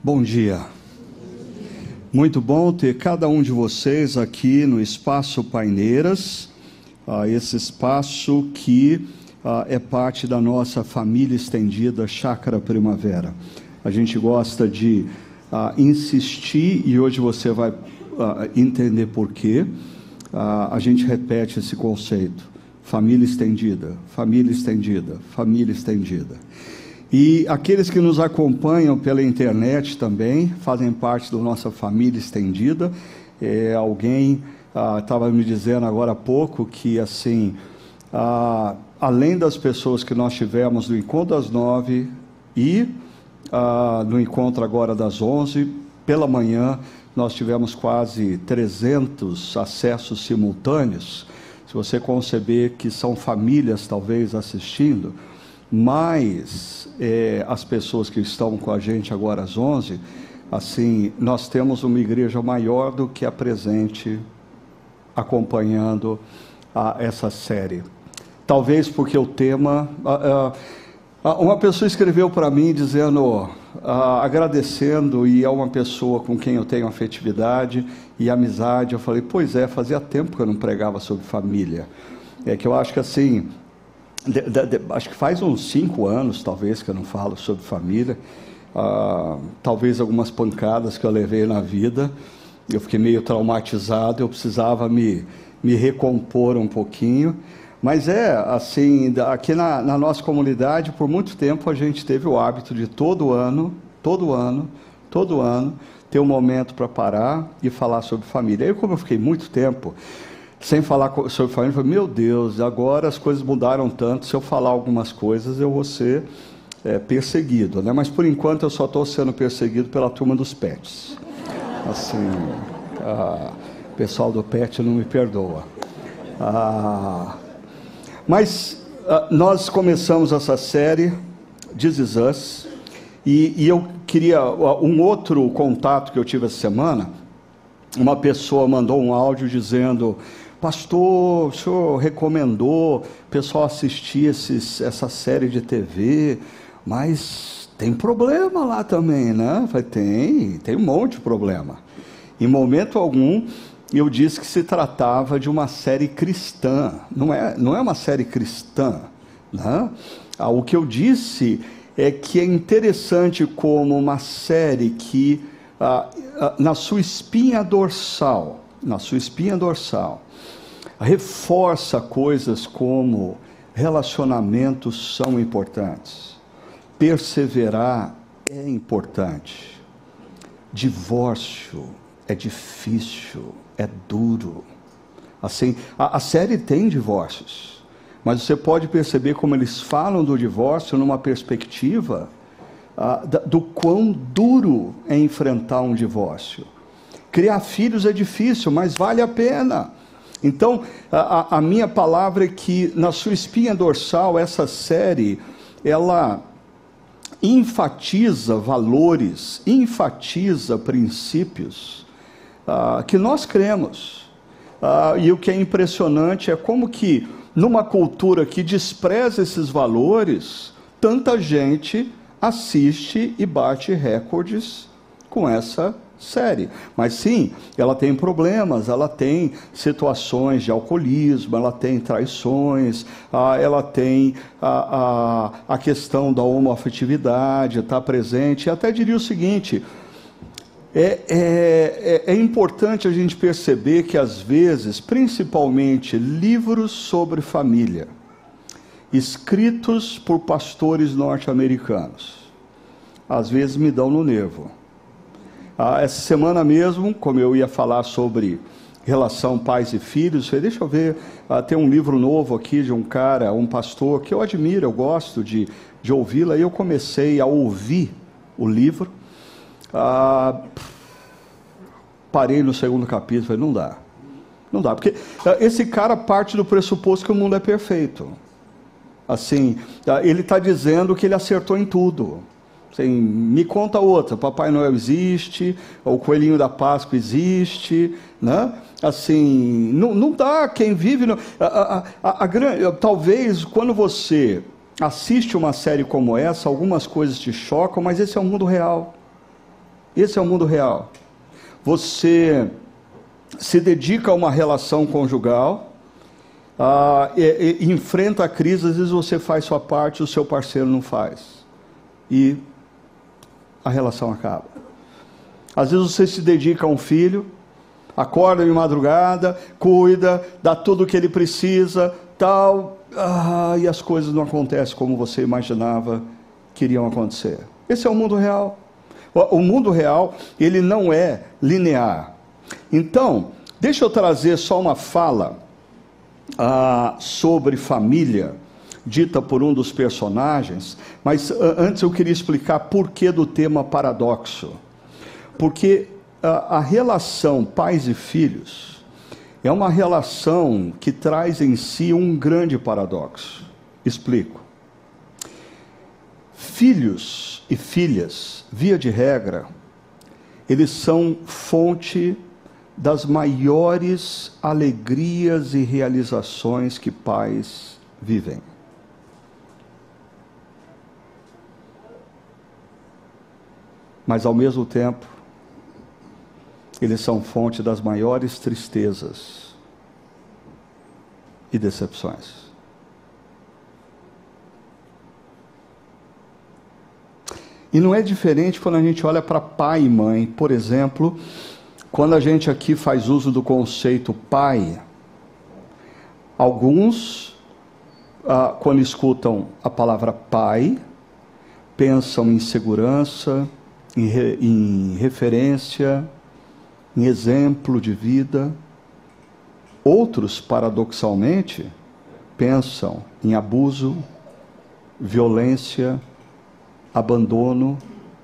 Bom dia. Muito bom ter cada um de vocês aqui no Espaço Paineiras, esse espaço que é parte da nossa família estendida Chácara Primavera. A gente gosta de insistir, e hoje você vai entender por quê. A gente repete esse conceito: família estendida, família estendida, família estendida. E aqueles que nos acompanham pela internet também fazem parte da nossa família estendida. Alguém estava me dizendo agora há pouco que, assim, além das pessoas que nós tivemos no encontro das 9 e no encontro agora das 11, pela manhã nós tivemos quase 300 acessos simultâneos. Se você conceber que são famílias talvez assistindo, mas as pessoas que estão com a gente agora às 11, assim, nós temos uma igreja maior do que a presente acompanhando essa série. Talvez porque o tema... uma pessoa escreveu para mim dizendo, agradecendo, e é uma pessoa com quem eu tenho afetividade e amizade. Eu falei, pois é, fazia tempo que eu não pregava sobre família. É que eu acho que assim... acho que faz uns 5 anos, talvez, que eu não falo sobre família. Talvez algumas pancadas que eu levei na vida. Eu fiquei meio traumatizado, eu precisava me recompor um pouquinho. Mas assim, aqui na nossa comunidade, por muito tempo, a gente teve o hábito de todo ano, ter um momento para parar e falar sobre família. Aí, como eu fiquei muito tempo sem falar sobre família, eu falei, meu Deus, agora as coisas mudaram tanto, se eu falar algumas coisas eu vou ser perseguido, né? Mas por enquanto eu só estou sendo perseguido pela turma dos pets. Assim, o pessoal do pet não me perdoa. Mas nós começamos essa série, This Is Us, e eu queria, um outro contato que eu tive essa semana, uma pessoa mandou um áudio dizendo, pastor, o senhor recomendou o pessoal assistir essa série de TV, mas tem problema lá também, né? Eu falei, tem um monte de problema. Em momento algum, eu disse que se tratava de uma série cristã, não é uma série cristã, né? O que eu disse é que é interessante como uma série que, na sua espinha dorsal, reforça coisas como relacionamentos são importantes, perseverar é importante, divórcio é difícil, é duro. Assim, a série tem divórcios, mas você pode perceber como eles falam do divórcio numa perspectiva do quão duro é enfrentar um divórcio. Criar filhos é difícil, mas vale a pena. Então, a minha palavra é que na sua espinha dorsal, essa série, ela enfatiza valores, enfatiza princípios que nós cremos. E o que é impressionante é como que, numa cultura que despreza esses valores, tanta gente assiste e bate recordes com essa série. Mas sim, ela tem problemas, ela tem situações de alcoolismo, ela tem traições, ela tem a questão da homoafetividade, está presente. E até diria o seguinte, é importante a gente perceber que às vezes, principalmente livros sobre família, escritos por pastores norte-americanos, às vezes me dão no nervo. Essa semana mesmo, como eu ia falar sobre relação pais e filhos, eu falei, deixa eu ver, tem um livro novo aqui de um cara, um pastor, que eu admiro, eu gosto de ouvi-lo, aí eu comecei a ouvir o livro, parei no 2º capítulo, falei, não dá, porque esse cara parte do pressuposto que o mundo é perfeito. Assim, ele está dizendo que ele acertou em tudo. Assim, me conta outra, Papai Noel existe, o Coelhinho da Páscoa existe, né? Assim, não dá, quem vive... talvez, quando você assiste uma série como essa, algumas coisas te chocam, mas esse é o mundo real. Esse é o mundo real. Você se dedica a uma relação conjugal, enfrenta a crise, às vezes você faz sua parte, o seu parceiro não faz. E a relação acaba. Às vezes você se dedica a um filho, acorda de madrugada, cuida, dá tudo o que ele precisa, tal, e as coisas não acontecem como você imaginava que iriam acontecer. Esse é o mundo real. O mundo real, ele não é linear. Então, deixa eu trazer só uma fala sobre família, dita por um dos personagens, mas antes eu queria explicar por que do tema paradoxo. Porque a relação pais e filhos é uma relação que traz em si um grande paradoxo. Explico. Filhos e filhas, via de regra, eles são fonte das maiores alegrias e realizações que pais vivem. Mas ao mesmo tempo, eles são fonte das maiores tristezas e decepções. E não é diferente quando a gente olha para pai e mãe. Por exemplo, quando a gente aqui faz uso do conceito pai, alguns, quando escutam a palavra pai, pensam em segurança, em referência, em exemplo de vida. Outros, paradoxalmente, pensam em abuso, violência, abandono.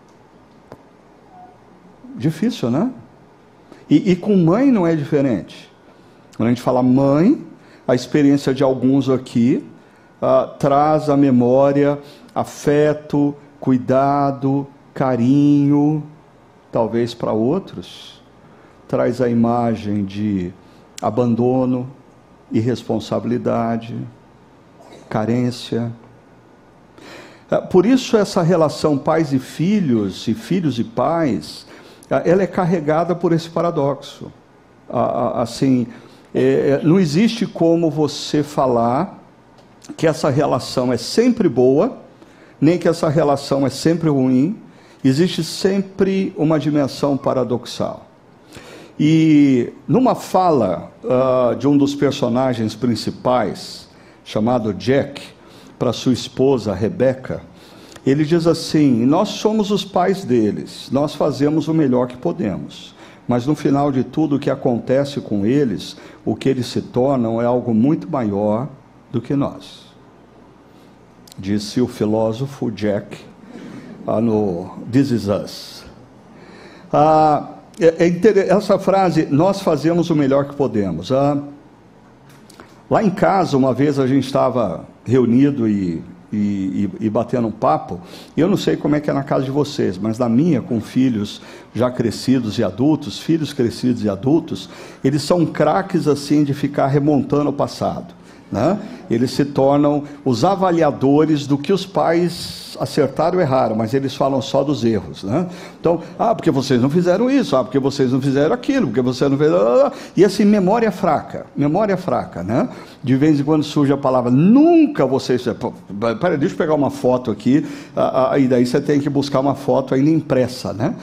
Difícil, né? E com mãe não é diferente. Quando a gente fala mãe, a experiência de alguns aqui traz à memória afeto, cuidado, carinho. Talvez para outros traz a imagem de abandono, irresponsabilidade, carência. Por isso essa relação pais e filhos e pais, ela é carregada por esse paradoxo. Assim, não existe como você falar que essa relação é sempre boa, nem que essa relação é sempre ruim. Existe sempre uma dimensão paradoxal. E numa fala de um dos personagens principais, chamado Jack, para sua esposa Rebecca, ele diz assim: nós somos os pais deles, nós fazemos o melhor que podemos, mas no final de tudo o que acontece com eles, o que eles se tornam é algo muito maior do que nós. Disse o filósofo Jack no This Is Us. Essa frase, nós fazemos o melhor que podemos. Lá em casa, uma vez a gente estava reunido e batendo um papo, e eu não sei como é que é na casa de vocês, mas na minha, com filhos já crescidos e adultos, filhos crescidos e adultos, eles são craques assim de ficar remontando o passado, né? Eles se tornam os avaliadores do que os pais acertaram ou erraram, mas eles falam só dos erros, né? Então, porque vocês não fizeram isso, porque vocês não fizeram aquilo, porque você não fez... E assim, memória fraca, né? De vez em quando surge a palavra, nunca vocês... Peraí, deixa eu pegar uma foto aqui, e daí você tem que buscar uma foto ainda impressa, né?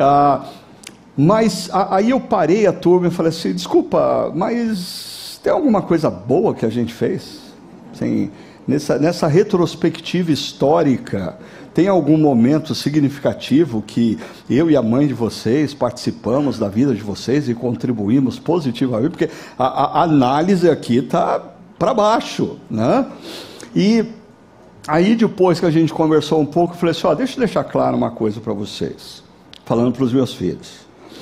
Mas aí eu parei a turma e falei assim, desculpa, mas tem alguma coisa boa que a gente fez? Assim, nessa retrospectiva histórica, tem algum momento significativo que eu e a mãe de vocês participamos da vida de vocês e contribuímos positivamente? Porque a análise aqui está para baixo, né? E aí depois que a gente conversou um pouco, eu falei assim, deixa eu deixar claro uma coisa para vocês, falando para os meus filhos.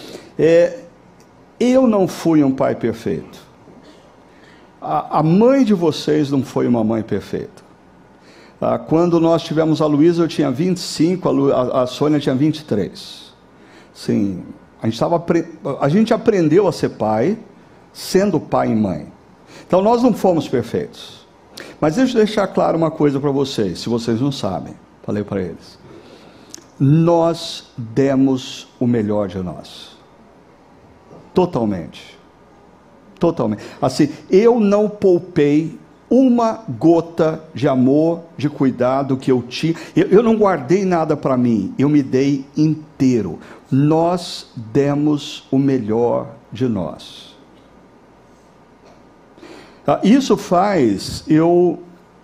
Eu não fui um pai perfeito. A mãe de vocês não foi uma mãe perfeita. Quando nós tivemos a Luísa, eu tinha 25, a Sônia tinha 23. Sim, a gente aprendeu a ser pai, sendo pai e mãe. Então nós não fomos perfeitos. Mas deixa eu deixar claro uma coisa para vocês, se vocês não sabem. Falei para eles. nós demos o melhor de nós. Totalmente. Totalmente. Assim, eu não poupei uma gota de amor, de cuidado que eu tinha. Eu não guardei nada para mim, eu me dei inteiro. Nós demos o melhor de nós. Isso faz eu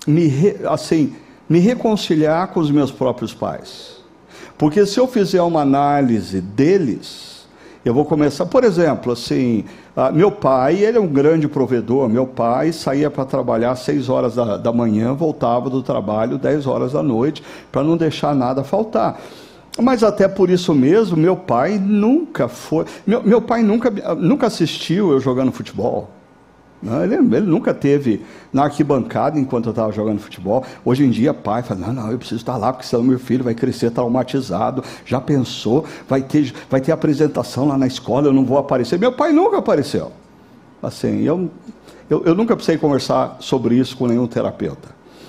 me reconciliar com os meus próprios pais. Porque se eu fizer uma análise deles, eu vou começar, por exemplo, assim, meu pai, ele é um grande provedor. Meu pai saía para trabalhar às 6 horas da manhã, voltava do trabalho 10 horas da noite, para não deixar nada faltar. Mas até por isso mesmo, meu pai nunca foi, meu pai nunca assistiu eu jogando futebol. Ele nunca teve na arquibancada enquanto eu estava jogando futebol. Hoje em dia, pai fala, não, eu preciso estar lá, porque senão meu filho vai crescer traumatizado. Já pensou? Vai ter apresentação lá na escola, eu não vou aparecer. Meu pai nunca apareceu. Assim, eu nunca precisei conversar sobre isso com nenhum terapeuta.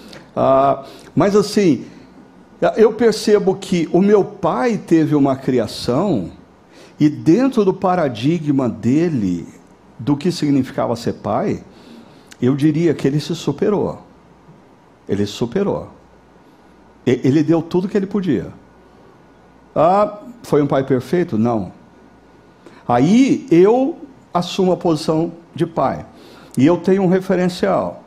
Mas assim, eu percebo que o meu pai teve uma criação, e dentro do paradigma dele, do que significava ser pai, eu diria que ele se superou. Ele se superou. Ele deu tudo que ele podia. Foi um pai perfeito? Não. Aí eu assumo a posição de pai. E eu tenho um referencial.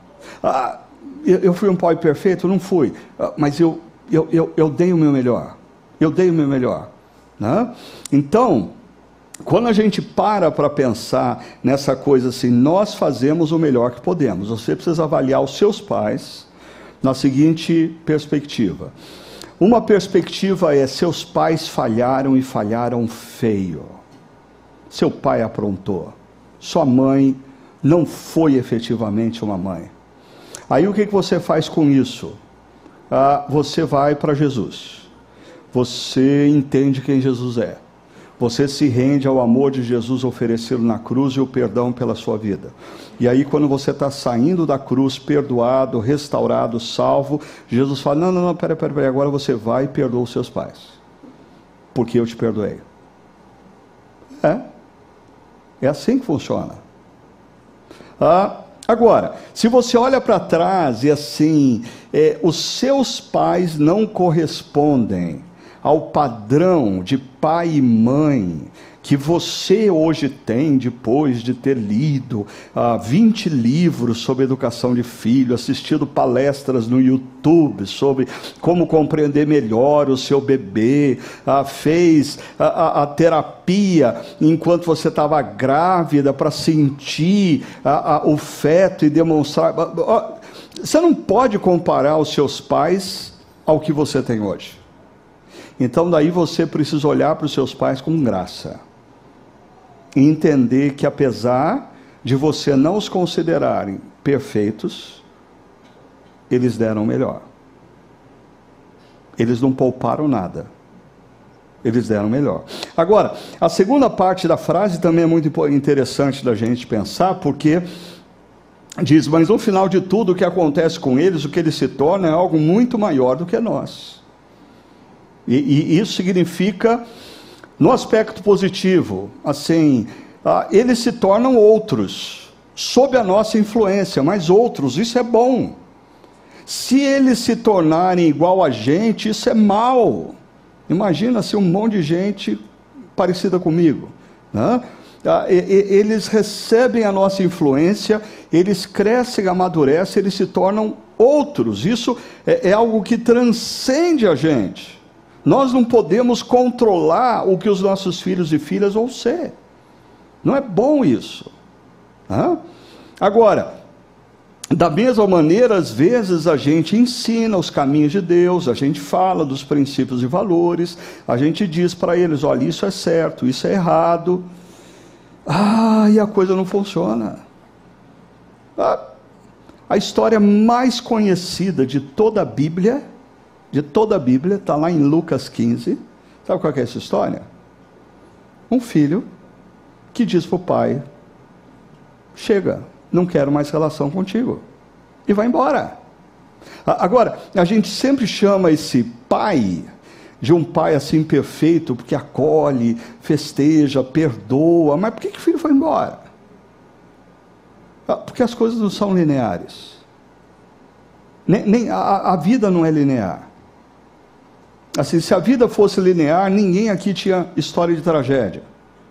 Eu fui um pai perfeito? Não fui. Mas eu dei o meu melhor. Eu dei o meu melhor. Né? Então, quando a gente para pensar nessa coisa assim, nós fazemos o melhor que podemos. Você precisa avaliar os seus pais na seguinte perspectiva. Uma perspectiva é: seus pais falharam e falharam feio. Seu pai aprontou. Sua mãe não foi efetivamente uma mãe. Aí o que você faz com isso? Você vai para Jesus. Você entende quem Jesus é. Você se rende ao amor de Jesus oferecido na cruz e o perdão pela sua vida. E aí, quando você está saindo da cruz, perdoado, restaurado, salvo, Jesus fala, não, peraí, agora você vai e perdoa os seus pais. Porque eu te perdoei. É assim que funciona. Agora, se você olha para trás e assim, os seus pais não correspondem ao padrão de pai e mãe que você hoje tem, depois de ter lido 20 livros sobre educação de filho, assistido palestras no YouTube sobre como compreender melhor o seu bebê, fez a terapia enquanto você estava grávida para sentir o feto e demonstrar. Você não pode comparar os seus pais ao que você tem hoje. Então daí você precisa olhar para os seus pais com graça. E entender que apesar de você não os considerarem perfeitos, eles deram o melhor. Eles não pouparam nada. Eles deram o melhor. Agora, a segunda parte da frase também é muito interessante da gente pensar, porque diz, mas no final de tudo o que acontece com eles, o que eles se tornam é algo muito maior do que nós. E isso significa, no aspecto positivo, assim, eles se tornam outros, sob a nossa influência, mas outros, isso é bom. Se eles se tornarem igual a gente, isso é mal. Imagina se um monte de gente parecida comigo, né? Eles recebem a nossa influência, eles crescem, amadurecem, eles se tornam outros. Isso é algo que transcende a gente. Nós não podemos controlar o que os nossos filhos e filhas vão ser. Não é bom isso. Agora, da mesma maneira, às vezes a gente ensina os caminhos de Deus, a gente fala dos princípios e valores, a gente diz para eles, olha, isso é certo, isso é errado. E a coisa não funciona. A história mais conhecida de toda a Bíblia, está lá em Lucas 15. Sabe qual é essa história? Um filho que diz para o pai, chega, não quero mais relação contigo, e vai embora. Agora, a gente sempre chama esse pai de um pai assim perfeito, porque acolhe, festeja, perdoa. Mas por que o filho foi embora? Porque as coisas não são lineares. A vida não é linear. Assim, se a vida fosse linear, ninguém aqui tinha história de tragédia.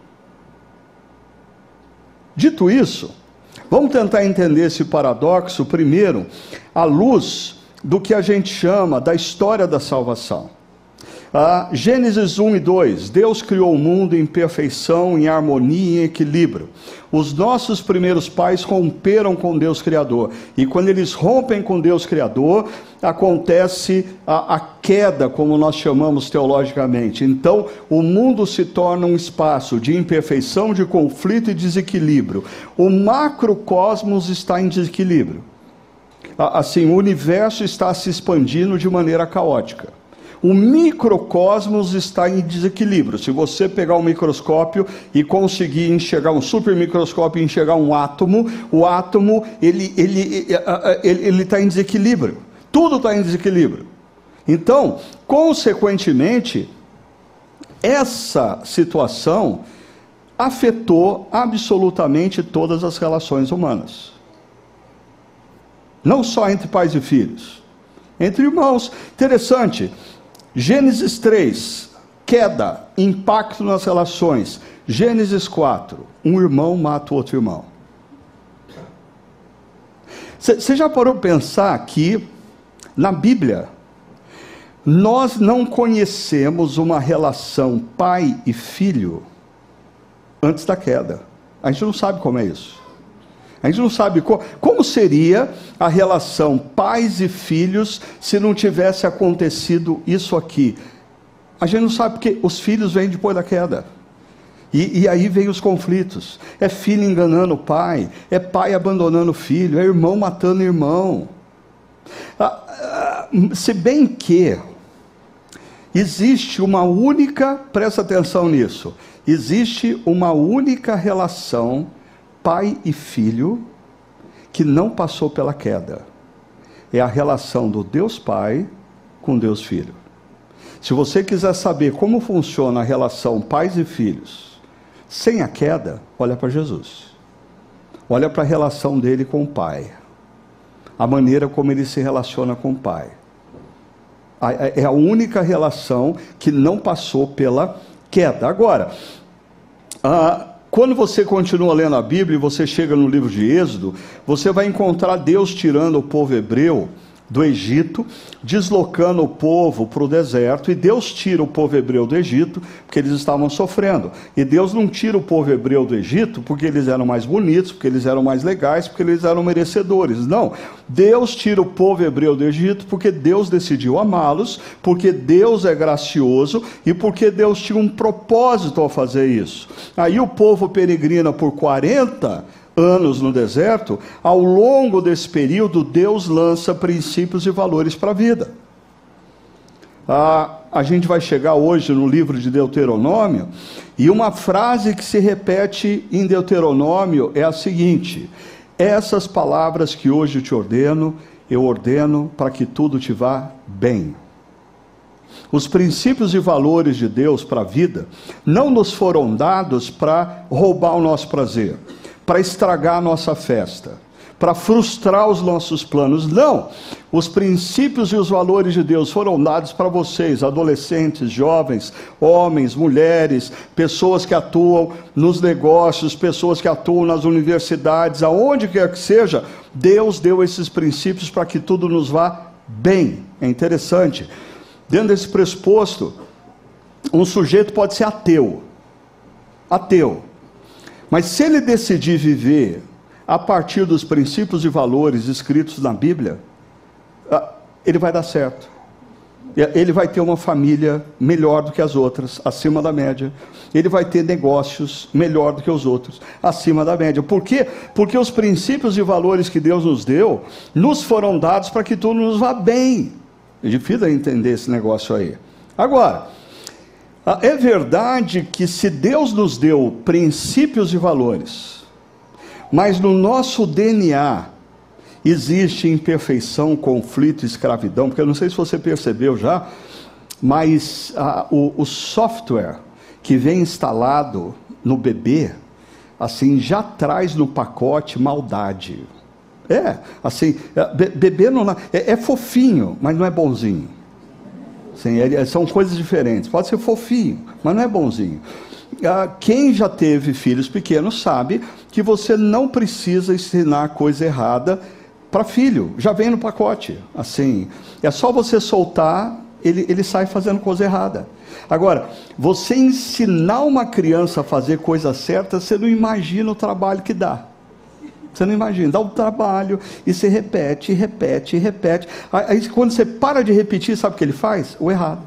Dito isso, vamos tentar entender esse paradoxo primeiro à luz do que a gente chama da história da salvação. Gênesis 1 e 2, Deus criou o mundo em perfeição, em harmonia e em equilíbrio. Os nossos primeiros pais romperam com Deus Criador, e quando eles rompem com Deus Criador, acontece a queda, como nós chamamos teologicamente. Então, o mundo se torna um espaço de imperfeição, de conflito e desequilíbrio. O macrocosmos está em desequilíbrio. Assim, o universo está se expandindo de maneira caótica. O microcosmos está em desequilíbrio. Se você pegar um microscópio e conseguir enxergar um supermicroscópio e enxergar um átomo, o átomo ele está em desequilíbrio. Tudo está em desequilíbrio. Então, consequentemente, essa situação afetou absolutamente todas as relações humanas. Não só entre pais e filhos, entre irmãos. Interessante. Gênesis 3, queda, impacto nas relações. Gênesis 4, um irmão mata o outro irmão. Você já parou para pensar que, na Bíblia, nós não conhecemos uma relação pai e filho antes da queda. A gente não sabe como é isso. A gente não sabe como seria a relação pais e filhos se não tivesse acontecido isso aqui. A gente não sabe porque os filhos vêm depois da queda. E aí vem os conflitos. É filho enganando o pai, é pai abandonando o filho, é irmão matando irmão. Se bem que existe uma única, presta atenção nisso, existe uma única relação pai e filho que não passou pela queda. É a relação do Deus Pai com Deus Filho. Se você quiser saber como funciona a relação pais e filhos sem a queda, olha para Jesus. Olha para a relação dele com o Pai. A maneira como ele se relaciona com o Pai. É a única relação que não passou pela queda. Agora, quando você continua lendo a Bíblia e você chega no livro de Êxodo, você vai encontrar Deus tirando o povo hebreu do Egito, deslocando o povo para o deserto, e Deus tira o povo hebreu do Egito, porque eles estavam sofrendo. E Deus não tira o povo hebreu do Egito porque eles eram mais bonitos, porque eles eram mais legais, porque eles eram merecedores. Não, Deus tira o povo hebreu do Egito porque Deus decidiu amá-los, porque Deus é gracioso e porque Deus tinha um propósito ao fazer isso. Aí o povo peregrina por 40 anos no deserto. Ao longo desse período, Deus lança princípios e valores para a vida. A gente vai chegar hoje no livro de Deuteronômio, e uma frase que se repete em Deuteronômio é a seguinte: essas palavras que hoje te ordeno, eu ordeno para que tudo te vá bem. Os princípios e valores de Deus para a vida não nos foram dados para roubar o nosso prazer, para estragar a nossa festa, para frustrar os nossos planos. Não! Os princípios e os valores de Deus foram dados para vocês, adolescentes, jovens, homens, mulheres, pessoas que atuam nos negócios, pessoas que atuam nas universidades, aonde quer que seja. Deus deu esses princípios para que tudo nos vá bem. É interessante. Dentro desse pressuposto, um sujeito pode ser ateu. Mas se ele decidir viver a partir dos princípios e valores escritos na Bíblia, ele vai dar certo. Ele vai ter uma família melhor do que as outras, acima da média. Ele vai ter negócios melhor do que os outros, acima da média. Por quê? Porque os princípios e valores que Deus nos deu, nos foram dados para que tudo nos vá bem. É difícil entender esse negócio aí. Agora, é verdade que se Deus nos deu princípios e valores, mas no nosso DNA existe imperfeição, conflito, escravidão, porque eu não sei se você percebeu já, mas o software que vem instalado no bebê, assim, já traz no pacote maldade. Bebê não é fofinho, mas não é bonzinho. Assim, são coisas diferentes. Pode ser fofinho, mas não é bonzinho. Quem já teve filhos pequenos sabe que você não precisa ensinar coisa errada para filho. Já vem no pacote. Assim, é só você soltar, ele sai fazendo coisa errada. Agora, você ensinar uma criança a fazer coisa certa, você não imagina o trabalho que dá. Você não imagina, dá um trabalho, e você repete, repete, repete. Aí quando você para de repetir, sabe o que ele faz? O errado.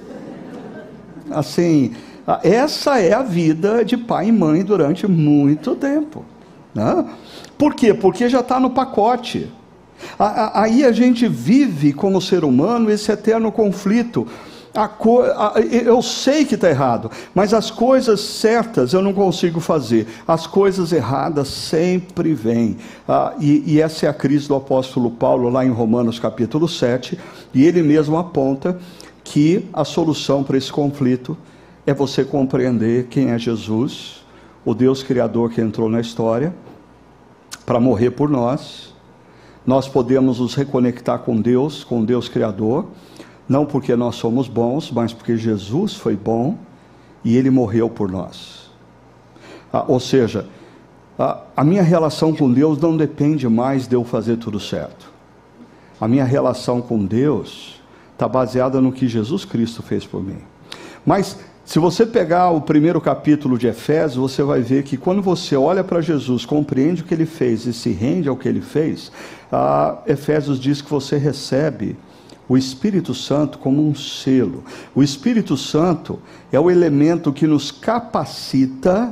Assim, essa é a vida de pai e mãe durante muito tempo, né? Por quê? Porque já está no pacote. Aí a gente vive como ser humano esse eterno conflito. Eu sei que está errado, mas as coisas certas eu não consigo fazer. As coisas erradas sempre vêm. E essa é a crise do apóstolo Paulo lá em Romanos capítulo 7, e ele mesmo aponta que a solução para esse conflito é você compreender quem é Jesus, o Deus Criador que entrou na história para morrer por nós. Nós podemos nos reconectar com Deus Criador, não porque nós somos bons, mas porque Jesus foi bom e Ele morreu por nós. Ou seja, a minha relação com Deus não depende mais de eu fazer tudo certo. A minha relação com Deus está baseada no que Jesus Cristo fez por mim. Mas se você pegar o primeiro capítulo de Efésios, você vai ver que quando você olha para Jesus, compreende o que Ele fez e se rende ao que Ele fez, Efésios diz que você recebe o Espírito Santo como um selo. O Espírito Santo é o elemento que nos capacita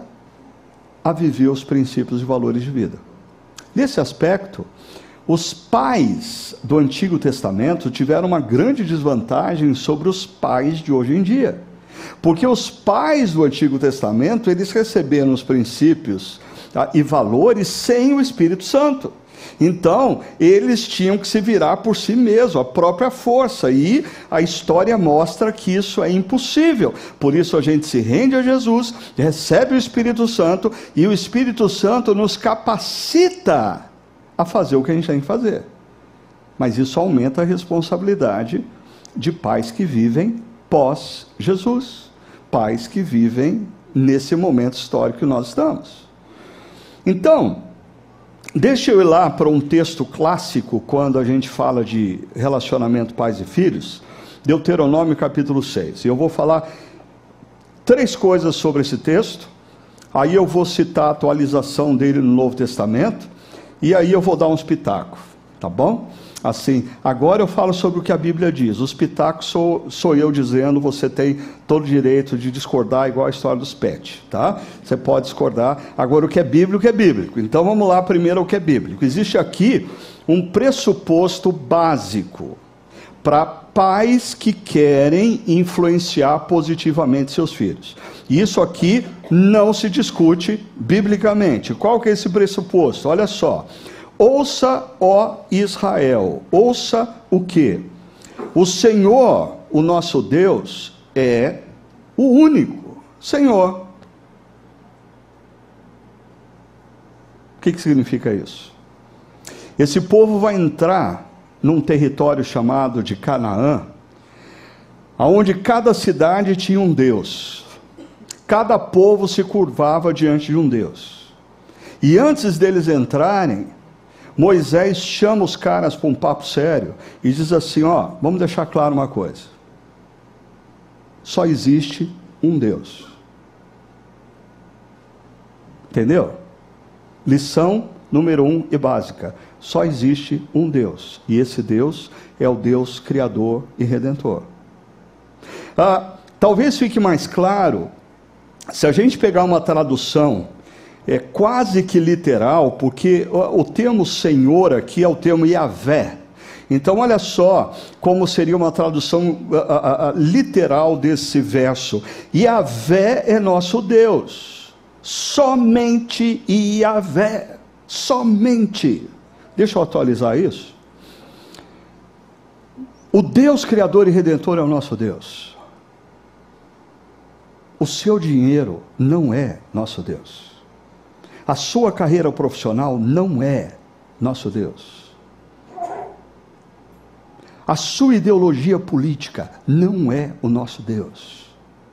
a viver os princípios e valores de vida. Nesse aspecto, os pais do Antigo Testamento tiveram uma grande desvantagem sobre os pais de hoje em dia. Porque os pais do Antigo Testamento, eles receberam os princípios e valores sem o Espírito Santo. Então, eles tinham que se virar por si mesmos, a própria força, e a história mostra que isso é impossível. Por isso a gente se rende a Jesus, recebe o Espírito Santo, e o Espírito Santo nos capacita a fazer o que a gente tem que fazer. Mas isso aumenta a responsabilidade de pais que vivem pós-Jesus, pais que vivem nesse momento histórico que nós estamos. Então, deixa eu ir lá para um texto clássico, quando a gente fala de relacionamento pais e filhos, Deuteronômio capítulo 6. E eu vou falar 3 coisas sobre esse texto, aí eu vou citar a atualização dele no Novo Testamento, e aí eu vou dar uns pitacos, tá bom? Assim, agora eu falo sobre o que a Bíblia diz. Os pitacos sou eu dizendo, você tem todo o direito de discordar, igual a história dos pets, tá? Você pode discordar. Agora, o que é bíblico é bíblico. Então, vamos lá primeiro o que é bíblico. Existe aqui um pressuposto básico para pais que querem influenciar positivamente seus filhos. E isso aqui não se discute biblicamente. Qual que é esse pressuposto? Olha só. Ouça, ó Israel, ouça o quê? O Senhor, o nosso Deus, é o único Senhor. O que significa isso? Esse povo vai entrar num território chamado de Canaã, onde cada cidade tinha um Deus. Cada povo se curvava diante de um Deus. E antes deles entrarem, Moisés chama os caras para um papo sério e diz assim, vamos deixar claro uma coisa. Só existe um Deus. Entendeu? Lição número 1 e básica. Só existe um Deus. E esse Deus é o Deus Criador e Redentor. Talvez fique mais claro se a gente pegar uma tradução quase que literal, porque o termo Senhor aqui é o termo Yahvé. Então olha só como seria uma tradução literal desse verso. Yahvé é nosso Deus, somente Yahvé, somente. Deixa eu atualizar isso. O Deus Criador e Redentor é o nosso Deus. O seu dinheiro não é nosso Deus. A sua carreira profissional não é nosso Deus. A sua ideologia política não é o nosso Deus.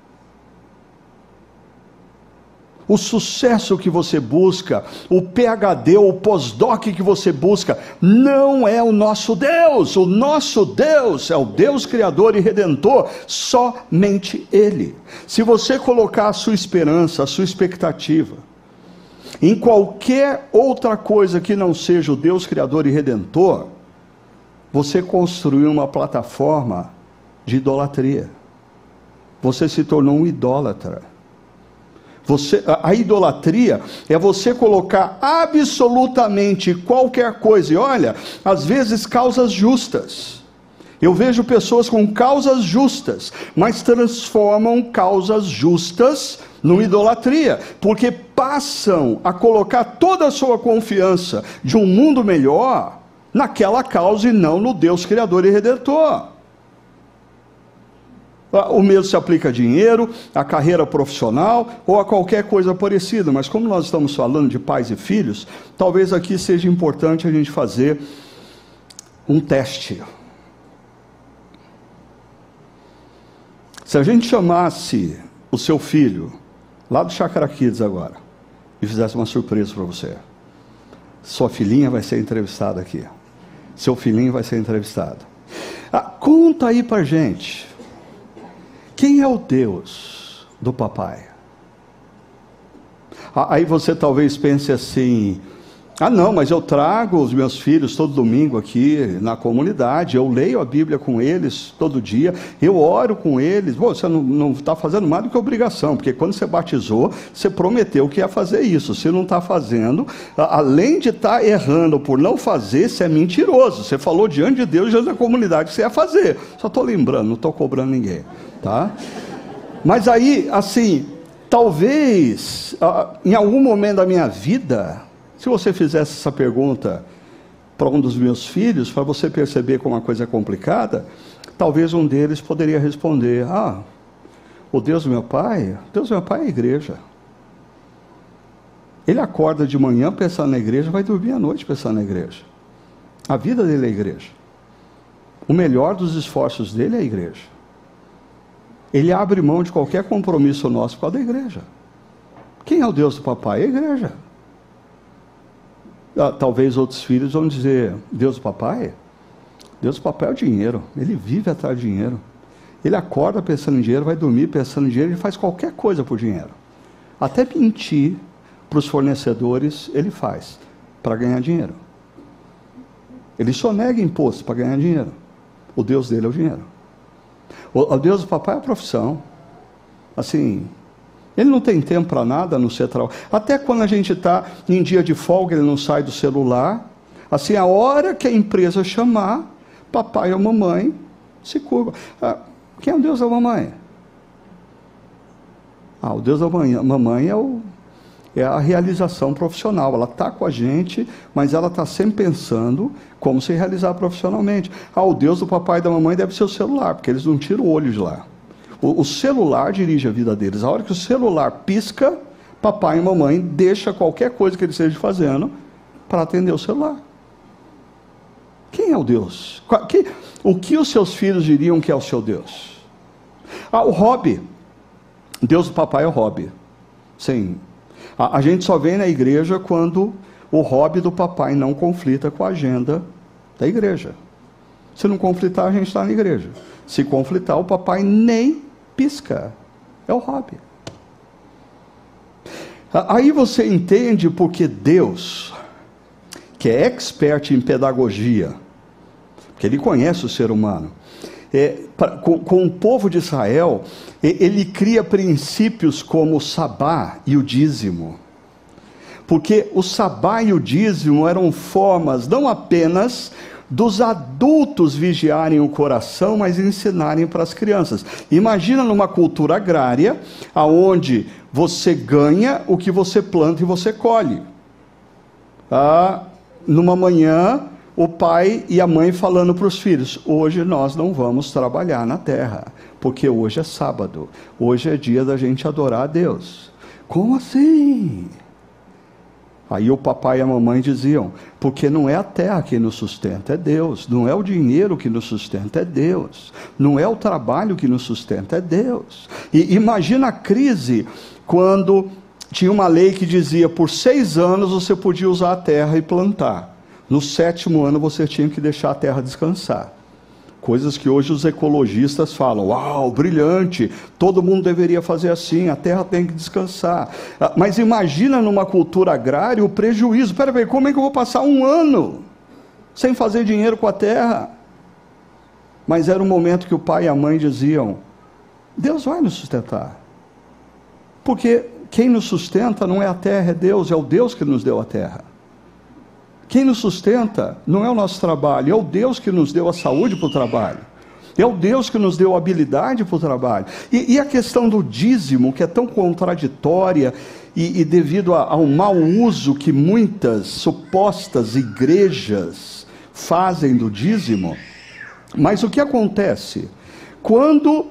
O sucesso que você busca, o PhD ou o pós-doc que você busca, não é o nosso Deus. O nosso Deus é o Deus Criador e Redentor, somente Ele. Se você colocar a sua esperança, a sua expectativa, em qualquer outra coisa que não seja o Deus Criador e Redentor, você construiu uma plataforma de idolatria. Você se tornou um idólatra. A idolatria é você colocar absolutamente qualquer coisa, e olha, às vezes causas justas. Eu vejo pessoas com causas justas, mas transformam causas justas numa idolatria, porque passam a colocar toda a sua confiança de um mundo melhor naquela causa e não no Deus Criador e Redentor. O mesmo se aplica a dinheiro, a carreira profissional ou a qualquer coisa parecida, mas como nós estamos falando de pais e filhos, talvez aqui seja importante a gente fazer um teste. Se a gente chamasse o seu filho, lá do Chácara Kids agora, e fizesse uma surpresa para você, sua filhinha vai ser entrevistada aqui, seu filhinho vai ser entrevistado. Conta aí para gente. Quem é o Deus do papai? Aí você talvez pense assim, não, mas eu trago os meus filhos todo domingo aqui na comunidade, eu leio a Bíblia com eles todo dia, eu oro com eles. Você não está fazendo mais do que obrigação, porque quando você batizou, você prometeu que ia fazer isso. Se não está fazendo, além de estar errando por não fazer, você é mentiroso. Você falou diante de Deus, diante da comunidade, que você ia fazer. Só estou lembrando, não estou cobrando ninguém. Tá? Mas aí, assim, talvez, em algum momento da minha vida, se você fizesse essa pergunta para um dos meus filhos, para você perceber como a coisa é complicada, talvez um deles poderia responder, o Deus do meu pai é a igreja. Ele acorda de manhã pensando na igreja, vai dormir à noite pensando na igreja. A vida dele é a igreja. O melhor dos esforços dele é a igreja. Ele abre mão de qualquer compromisso nosso por causa da igreja. Quem é o Deus do papai? É a igreja. Talvez outros filhos vão dizer, Deus do papai? Deus do papai é o dinheiro. Ele vive atrás de dinheiro. Ele acorda pensando em dinheiro, vai dormir pensando em dinheiro, ele faz qualquer coisa por dinheiro. Até mentir para os fornecedores, ele faz, para ganhar dinheiro. Ele só nega imposto para ganhar dinheiro. O Deus dele é o dinheiro. O Deus do papai é a profissão. Assim, ele não tem tempo para nada, a não ser trabalho. Até quando a gente está em dia de folga, ele não sai do celular. Assim, a hora que a empresa chamar, papai ou mamãe se curva. Quem é o Deus da mamãe? O Deus da mamãe é a realização profissional. Ela está com a gente, mas ela está sempre pensando como se realizar profissionalmente. O Deus do papai e da mamãe deve ser o celular, porque eles não tiram o olho de lá. O celular dirige a vida deles. A hora que o celular pisca, papai e mamãe deixam qualquer coisa que eles estejam fazendo para atender o celular. Quem é o Deus? O que os seus filhos diriam que é o seu Deus? O hobby. Deus do papai é o hobby. Sim. A gente só vem na igreja quando o hobby do papai não conflita com a agenda da igreja. Se não conflitar, a gente está na igreja. Se conflitar, o papai nem pisca. É o hobby. Aí você entende porque Deus, que é expert em pedagogia, porque Ele conhece o ser humano, com o povo de Israel, Ele cria princípios como o sabá e o dízimo. Porque o sabá e o dízimo eram formas não apenas dos adultos vigiarem o coração, mas ensinarem para as crianças. Imagina numa cultura agrária, onde você ganha o que você planta e você colhe. Numa manhã, o pai e a mãe falando para os filhos: hoje nós não vamos trabalhar na terra, porque hoje é sábado, hoje é dia da gente adorar a Deus. Como assim? Aí o papai e a mamãe diziam: porque não é a terra que nos sustenta, é Deus. Não é o dinheiro que nos sustenta, é Deus. Não é o trabalho que nos sustenta, é Deus. E imagina a crise quando tinha uma lei que dizia: por 6 anos você podia usar a terra e plantar. No 7º ano você tinha que deixar a terra descansar. Coisas que hoje os ecologistas falam: uau, brilhante, todo mundo deveria fazer assim, a terra tem que descansar. Mas imagina numa cultura agrária o prejuízo. Peraí, como é que eu vou passar 1 ano sem fazer dinheiro com a terra? Mas era um momento que o pai e a mãe diziam: Deus vai nos sustentar. Porque quem nos sustenta não é a terra, é Deus, é o Deus que nos deu a terra. Quem nos sustenta não é o nosso trabalho, é o Deus que nos deu a saúde para o trabalho. É o Deus que nos deu a habilidade para o trabalho. E a questão do dízimo, que é tão contraditória, e devido ao mau uso que muitas supostas igrejas fazem do dízimo. Mas o que acontece? Quando...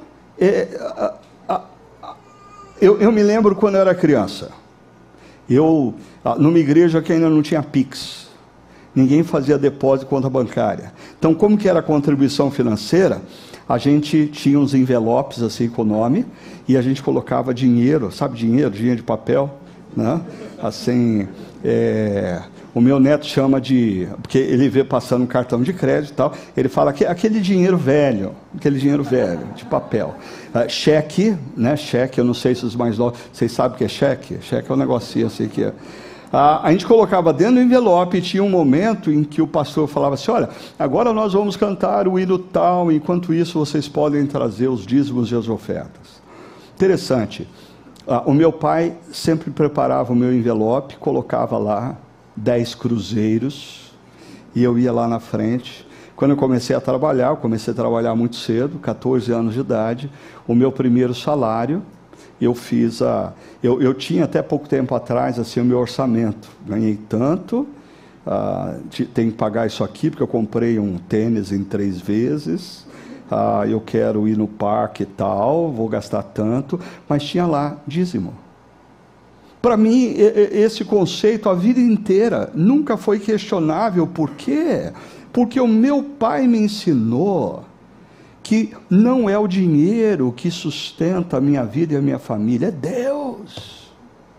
Eu me lembro quando eu era criança. Numa igreja que ainda não tinha Pix. Ninguém fazia depósito em conta bancária. Então, como que era a contribuição financeira? A gente tinha uns envelopes assim com o nome, e a gente colocava dinheiro, sabe dinheiro de papel, né? Assim, o meu neto chama de... porque ele vê passando um cartão de crédito e tal, ele fala que aquele dinheiro velho, de papel. Cheque, né? Cheque, eu não sei se os mais novos... Vocês sabem o que é cheque? Cheque é um negocinho assim que é... A gente colocava dentro do envelope, e tinha um momento em que o pastor falava assim: olha, agora nós vamos cantar o hino tal, enquanto isso vocês podem trazer os dízimos e as ofertas. Interessante. O meu pai sempre preparava o meu envelope, colocava lá 10 cruzeiros, e eu ia lá na frente. Quando eu comecei a trabalhar muito cedo, 14 anos de idade, o meu primeiro salário, eu fiz eu tinha até pouco tempo atrás assim, o meu orçamento. Ganhei tanto, tenho que pagar isso aqui, porque eu comprei um tênis em 3 vezes, eu quero ir no parque e tal, vou gastar tanto, mas tinha lá dízimo. Para mim, esse conceito a vida inteira nunca foi questionável. Por quê? Porque o meu pai me ensinou que não é o dinheiro que sustenta a minha vida e a minha família, é Deus.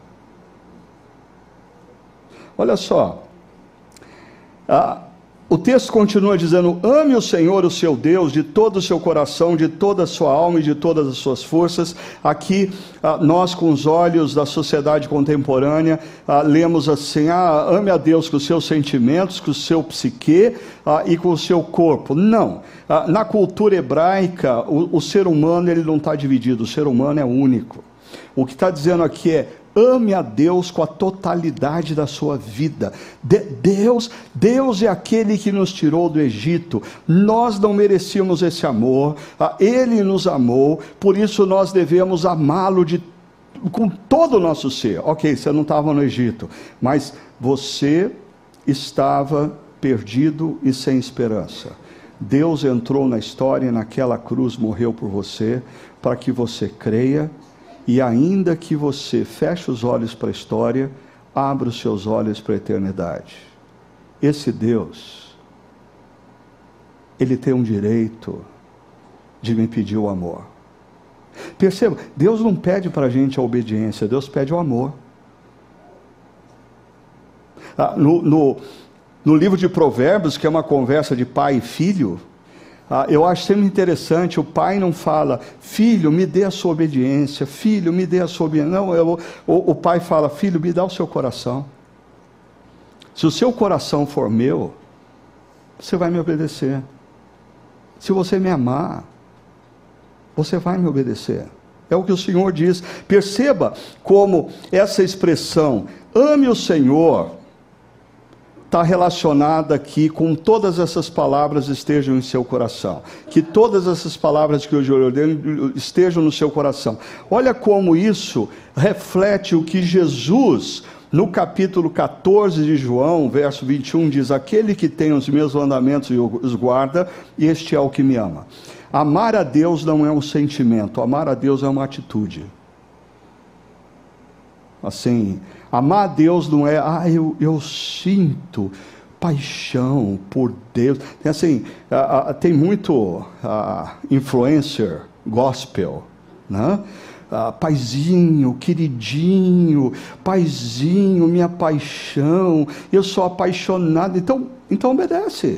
Olha só, o texto continua dizendo: ame o Senhor, o seu Deus, de todo o seu coração, de toda a sua alma e de todas as suas forças. Aqui, nós com os olhos da sociedade contemporânea, lemos assim: ame a Deus com os seus sentimentos, com o seu psique e com o seu corpo. Não, na cultura hebraica, o ser humano ele não está dividido, o ser humano é único. O que está dizendo aqui é: ame a Deus com a totalidade da sua vida. Deus é aquele que nos tirou do Egito. Nós não merecíamos esse amor. Ele nos amou. Por isso nós devemos amá-lo com todo o nosso ser. Ok, você não estava no Egito, mas você estava perdido e sem esperança. Deus entrou na história e naquela cruz morreu por você, para que você creia. E ainda que você feche os olhos para a história, abra os seus olhos para a eternidade. Esse Deus, Ele tem um direito de me pedir o amor. Perceba, Deus não pede para a gente a obediência, Deus pede o amor. No livro de Provérbios, que é uma conversa de pai e filho, eu acho sempre interessante, o pai não fala: filho, me dê a sua obediência, filho, me dê a sua obediência. Não, o pai fala: filho, me dá o seu coração. Se o seu coração for meu, você vai me obedecer. Se você me amar, você vai me obedecer. É o que o Senhor diz. Perceba como essa expressão, ame o Senhor, está relacionada aqui com todas essas palavras estejam em seu coração. Que todas essas palavras que hoje eu ordeno estejam no seu coração. Olha como isso reflete o que Jesus, no capítulo 14 de João, verso 21, diz: aquele que tem os meus mandamentos e os guarda, este é o que me ama. Amar a Deus não é um sentimento, amar a Deus é uma atitude. Assim, amar a Deus não é, eu sinto paixão por Deus. Assim, tem muito influencer gospel, né? Paizinho, queridinho, paizinho, minha paixão, eu sou apaixonado. Então obedece.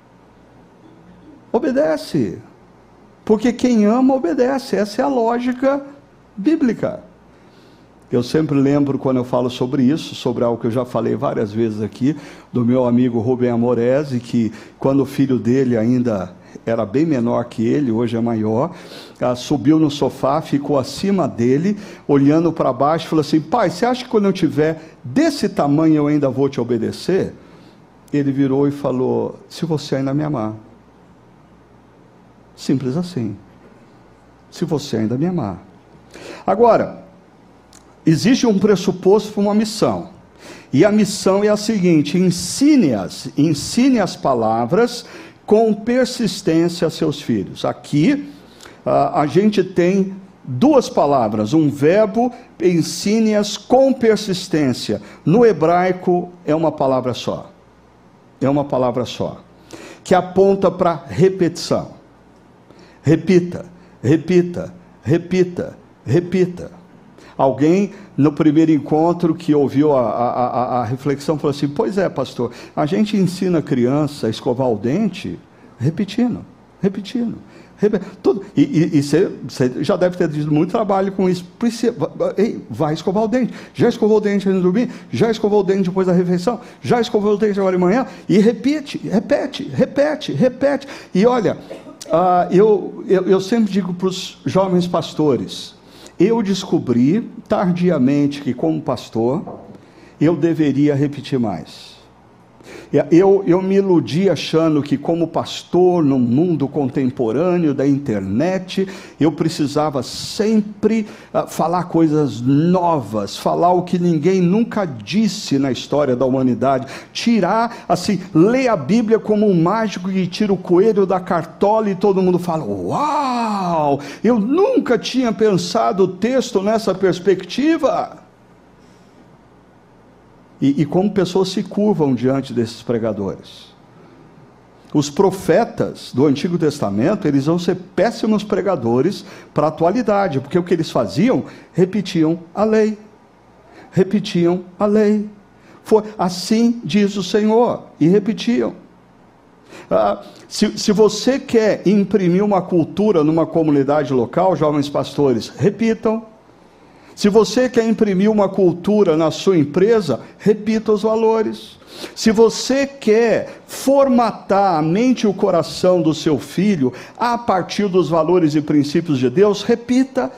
Obedece. Porque quem ama, obedece. Essa é a lógica bíblica. Eu sempre lembro, quando eu falo sobre isso, sobre algo que eu já falei várias vezes aqui, do meu amigo Rubem Amorese, que quando o filho dele ainda era bem menor que ele, hoje é maior, subiu no sofá, ficou acima dele, olhando para baixo, falou assim: pai, você acha que quando eu tiver desse tamanho eu ainda vou te obedecer? Ele virou e falou: se você ainda me amar. Simples assim. Se você ainda me amar. Agora, existe um pressuposto para uma missão. E a missão é a seguinte: ensine as palavras com persistência a seus filhos. Aqui, a gente tem duas palavras, um verbo, ensine-as com persistência. No hebraico, é uma palavra só. É uma palavra só. Que aponta para repetição. Repita, repita, repita, repita. Alguém, no primeiro encontro, que ouviu a reflexão, falou assim: pois é, pastor, a gente ensina a criança a escovar o dente repetindo. Tudo. E você já deve ter tido muito trabalho com isso. Vai escovar o dente. Já escovou o dente antes de dormir? Já escovou o dente depois da refeição? Já escovou o dente agora de manhã? E repete. E olha, eu sempre digo para os jovens pastores: eu descobri tardiamente que, como pastor, eu deveria repetir mais. Eu me iludi achando que, como pastor, no mundo contemporâneo da internet, eu precisava sempre falar coisas novas, falar o que ninguém nunca disse na história da humanidade, tirar, assim, ler a Bíblia como um mágico que tira o coelho da cartola e todo mundo fala: uau, eu nunca tinha pensado o texto nessa perspectiva. E como pessoas se curvam diante desses pregadores. Os profetas do Antigo Testamento, eles vão ser péssimos pregadores para a atualidade, porque o que eles faziam? Repetiam a lei. Repetiam a lei. Foi assim diz o Senhor, e repetiam. Se você quer imprimir uma cultura numa comunidade local, jovens pastores, repitam. Se você quer imprimir uma cultura na sua empresa, repita os valores. Se você quer formatar a mente e o coração do seu filho a partir dos valores e princípios de Deus, repita.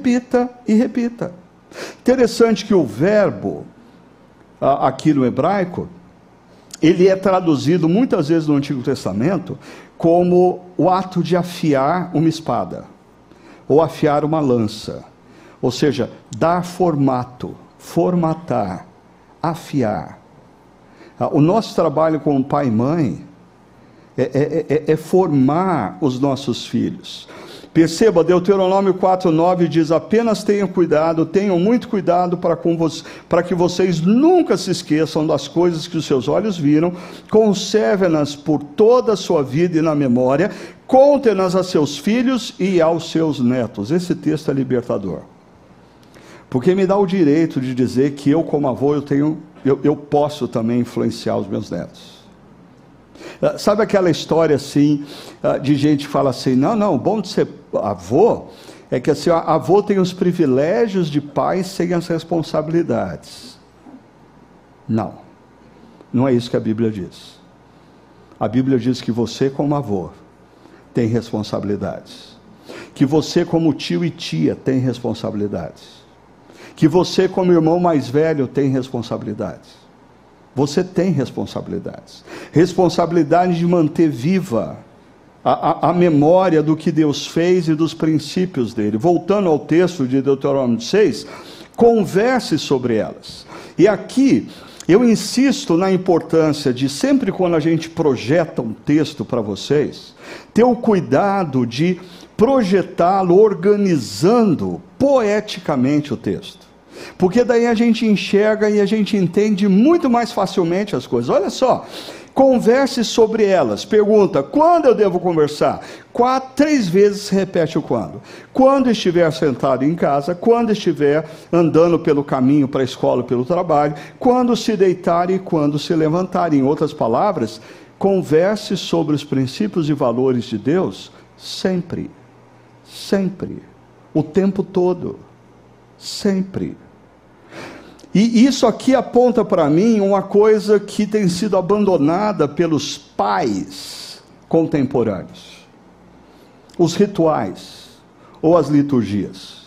Interessante que o verbo, aqui no hebraico, ele é traduzido muitas vezes no Antigo Testamento como o ato de afiar uma espada, ou afiar uma lança. Ou seja, dar formato, formatar, afiar. O nosso trabalho como pai e mãe é formar os nossos filhos. Perceba, Deuteronômio 4:9 diz: apenas tenham muito cuidado para que vocês nunca se esqueçam das coisas que os seus olhos viram, conservem-nas por toda a sua vida e na memória, contem-nas a seus filhos e aos seus netos. Esse texto é libertador. Porque me dá o direito de dizer que eu, como avô, eu posso também influenciar os meus netos. Sabe aquela história assim, de gente que fala assim: não, o bom de ser avô é que assim, avô tem os privilégios de pai sem as responsabilidades. Não é isso que a Bíblia diz. A Bíblia diz que você, como avô, tem responsabilidades. Que você, como tio e tia, tem responsabilidades. Que você, como irmão mais velho, tem responsabilidades. Você tem responsabilidades. Responsabilidade de manter viva a memória do que Deus fez e dos princípios dele. Voltando ao texto de Deuteronômio 6, converse sobre elas. E aqui eu insisto na importância de, sempre quando a gente projeta um texto para vocês, ter o cuidado de projetá-lo organizando poeticamente o texto. Porque daí a gente enxerga e a gente entende muito mais facilmente as coisas. Olha só, converse sobre elas. Pergunta, quando eu devo conversar? 3 vezes repete o quando. Quando estiver sentado em casa, quando estiver andando pelo caminho para a escola, pelo trabalho, quando se deitar e quando se levantar. Em outras palavras, converse sobre os princípios e valores de Deus sempre. Sempre. O tempo todo. Sempre. E isso aqui aponta para mim uma coisa que tem sido abandonada pelos pais contemporâneos: os rituais ou as liturgias.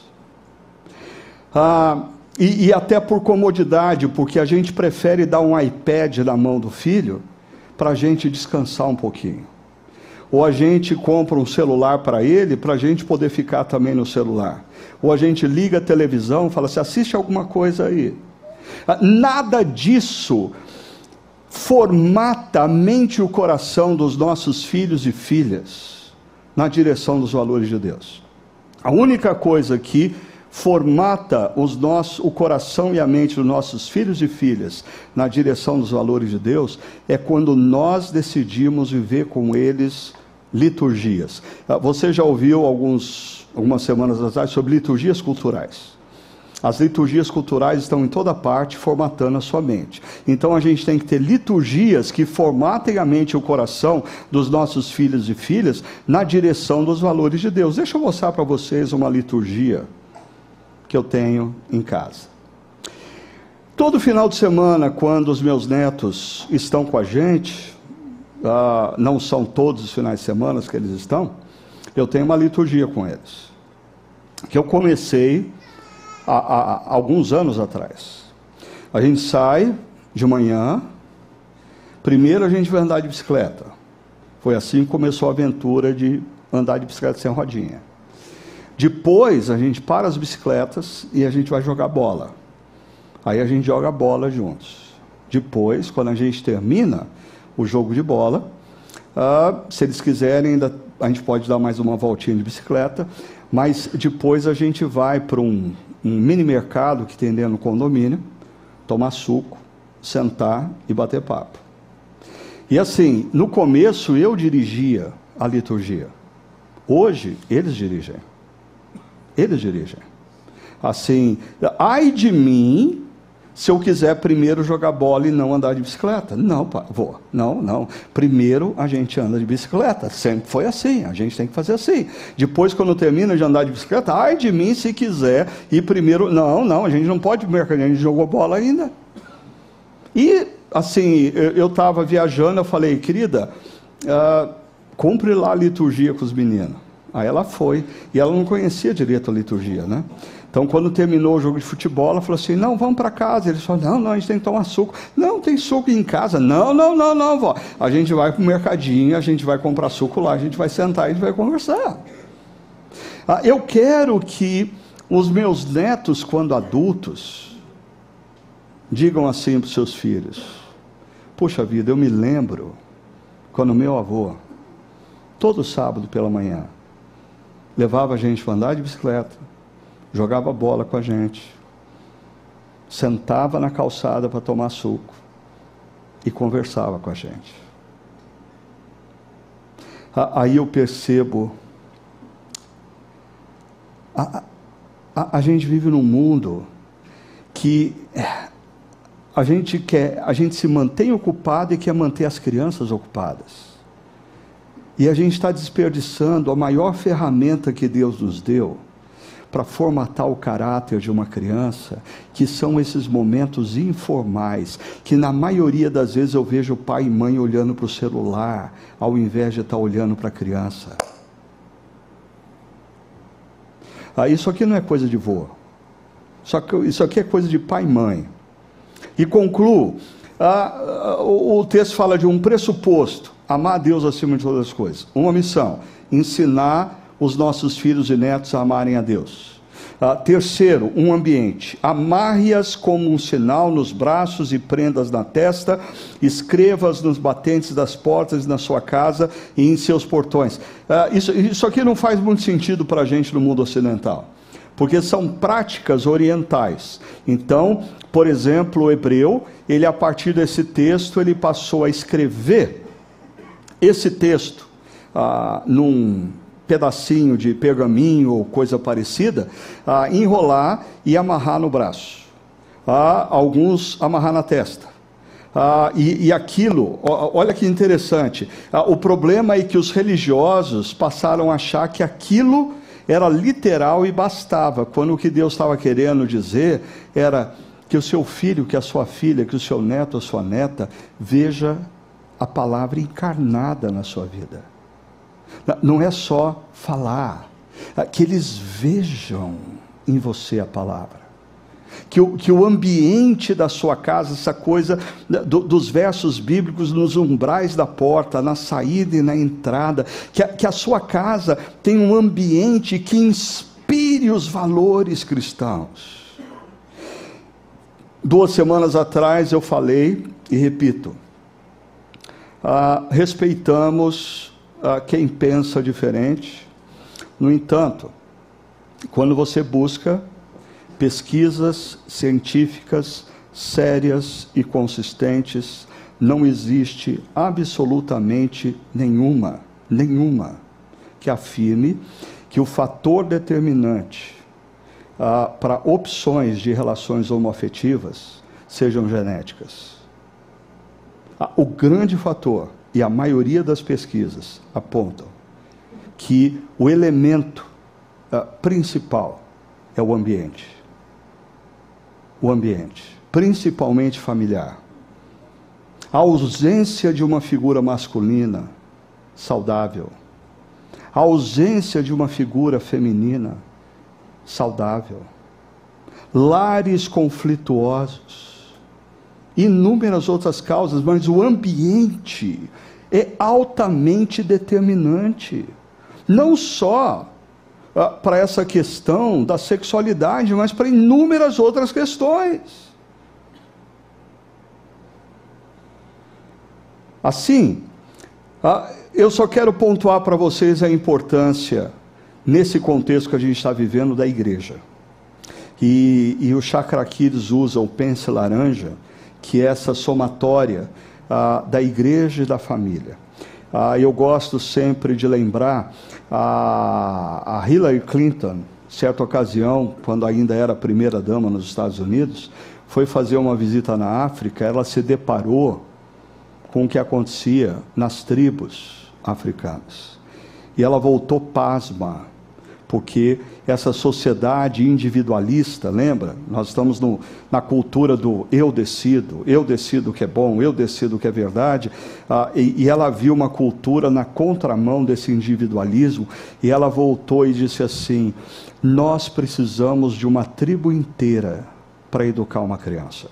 E até por comodidade, porque a gente prefere dar um iPad na mão do filho para a gente descansar um pouquinho. Ou a gente compra um celular para ele, para a gente poder ficar também no celular. Ou a gente liga a televisão e fala assim, assiste alguma coisa aí. Nada disso formata a mente e o coração dos nossos filhos e filhas na direção dos valores de Deus. A única coisa que formata o coração e a mente dos nossos filhos e filhas na direção dos valores de Deus é quando nós decidimos viver com eles liturgias. Você já ouviu algumas semanas atrás sobre liturgias culturais? As liturgias culturais estão em toda parte formatando a sua mente. Então a gente tem que ter liturgias que formatem a mente e o coração dos nossos filhos e filhas na direção dos valores de Deus. Deixa eu mostrar para vocês uma liturgia que eu tenho em casa. Todo final de semana, quando os meus netos estão com a gente, não são todos os finais de semana que eles estão, eu tenho uma liturgia com eles, que eu comecei há alguns anos atrás. A gente sai de manhã, primeiro a gente vai andar de bicicleta. Foi assim que começou a aventura de andar de bicicleta sem rodinha. Depois a gente para as bicicletas e a gente vai jogar bola. Aí a gente joga bola juntos. Depois, quando a gente termina o jogo de bola, se eles quiserem, a gente pode dar mais uma voltinha de bicicleta, mas depois a gente vai para um mini mercado que tem dentro do condomínio, tomar suco, sentar e bater papo. E assim, no começo eu dirigia a liturgia. Hoje, eles dirigem. Eles dirigem. Assim, ai de mim se eu quiser primeiro jogar bola e não andar de bicicleta. Não, pai, vou. Não. Primeiro a gente anda de bicicleta. Sempre foi assim. A gente tem que fazer assim. Depois, quando termina de andar de bicicleta, ai de mim se quiser ir primeiro. Não, a gente não pode ir mercado. A gente jogou bola ainda. E, assim, eu estava viajando, eu falei, querida, cumpre lá a liturgia com os meninos. Aí ela foi. E ela não conhecia direito a liturgia, né? Então, quando terminou o jogo de futebol, ela falou assim, não, vamos para casa. Eles falaram, não, a gente tem que tomar suco. Não, tem suco em casa. Não, vó. A gente vai para o mercadinho, a gente vai comprar suco lá, a gente vai sentar e a gente vai conversar. Eu quero que os meus netos, quando adultos, digam assim para os seus filhos, puxa vida, eu me lembro quando meu avô, todo sábado pela manhã, levava a gente para andar de bicicleta, jogava bola com a gente, sentava na calçada para tomar suco e conversava com a gente. Aí eu percebo, a gente vive num mundo que a gente se mantém ocupado e quer manter as crianças ocupadas. E a gente está desperdiçando a maior ferramenta que Deus nos deu para formatar o caráter de uma criança, que são esses momentos informais, que na maioria das vezes eu vejo o pai e mãe olhando para o celular, ao invés de estar olhando para a criança. Isso aqui não é coisa de vô, isso aqui é coisa de pai e mãe. E concluo, o texto fala de um pressuposto: amar a Deus acima de todas as coisas. Uma missão: ensinar os nossos filhos e netos a amarem a Deus. Terceiro, um ambiente: amarre-as como um sinal nos braços e prendas na testa, escreva-as nos batentes das portas na sua casa e em seus portões. Isso aqui não faz muito sentido para a gente no mundo ocidental, porque são práticas orientais. Então, por exemplo, o hebreu, ele, a partir desse texto, ele passou a escrever esse texto num pedacinho de pergaminho ou coisa parecida, enrolar e amarrar no braço. Alguns amarrar na testa. E aquilo, olha que interessante, o problema é que os religiosos passaram a achar que aquilo era literal e bastava, quando o que Deus estava querendo dizer era que o seu filho, que a sua filha, que o seu neto, a sua neta, veja a palavra encarnada na sua vida. Não é só falar, que eles vejam em você a palavra. Que o ambiente da sua casa, essa coisa dos versos bíblicos nos umbrais da porta, na saída e na entrada, que a sua casa tem um ambiente que inspire os valores cristãos. 2 semanas atrás eu falei, e repito, respeitamos quem pensa diferente. No entanto, quando você busca pesquisas científicas sérias e consistentes, não existe absolutamente nenhuma que afirme que o fator determinante para opções de relações homoafetivas sejam genéticas. O grande fator, e a maioria das pesquisas apontam, que o elemento principal é o ambiente. O ambiente, principalmente familiar. A ausência de uma figura masculina saudável, a ausência de uma figura feminina saudável, lares conflituosos, inúmeras outras causas, mas o ambiente é altamente determinante, não só para essa questão da sexualidade, mas para inúmeras outras questões. Assim, eu só quero pontuar para vocês a importância, nesse contexto que a gente está vivendo, da igreja. E o Chakra Kids usa o pence laranja, que é essa somatória da igreja e da família. Eu gosto sempre de lembrar a Hillary Clinton, certa ocasião, quando ainda era primeira-dama nos Estados Unidos, foi fazer uma visita na África. Ela se deparou com o que acontecia nas tribos africanas. E ela voltou pasma, porque essa sociedade individualista, lembra? Nós estamos na cultura do eu decido o que é bom, eu decido o que é verdade, e ela viu uma cultura na contramão desse individualismo, e ela voltou e disse assim: nós precisamos de uma tribo inteira para educar uma criança.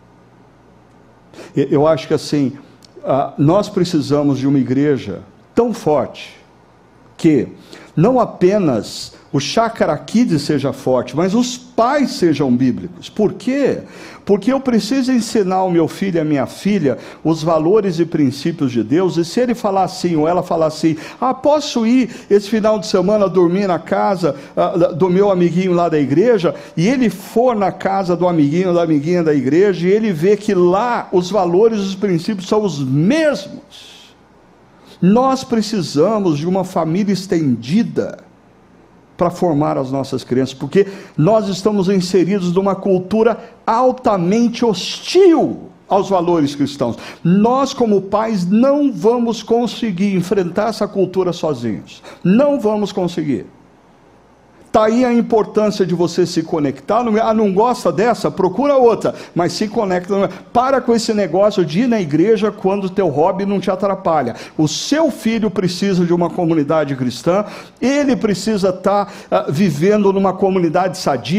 Eu acho que assim, nós precisamos de uma igreja tão forte, que não apenas o Chakra Kids seja forte, mas os pais sejam bíblicos. Por quê? Porque eu preciso ensinar ao meu filho e à minha filha os valores e princípios de Deus, e se ele falar assim, ou ela falar assim: posso ir esse final de semana dormir na casa do meu amiguinho lá da igreja, e ele for na casa do amiguinho, da amiguinha da igreja, e ele vê que lá os valores e os princípios são os mesmos. Nós precisamos de uma família estendida para formar as nossas crianças, porque nós estamos inseridos numa cultura altamente hostil aos valores cristãos. Nós, como pais, não vamos conseguir enfrentar essa cultura sozinhos. Não vamos conseguir. Está aí a importância de você se conectar. Não gosta dessa? Procura outra, mas se conecta. Para com esse negócio de ir na igreja quando o teu hobby não te atrapalha. O seu filho precisa de uma comunidade cristã, ele precisa estar vivendo numa comunidade sadia.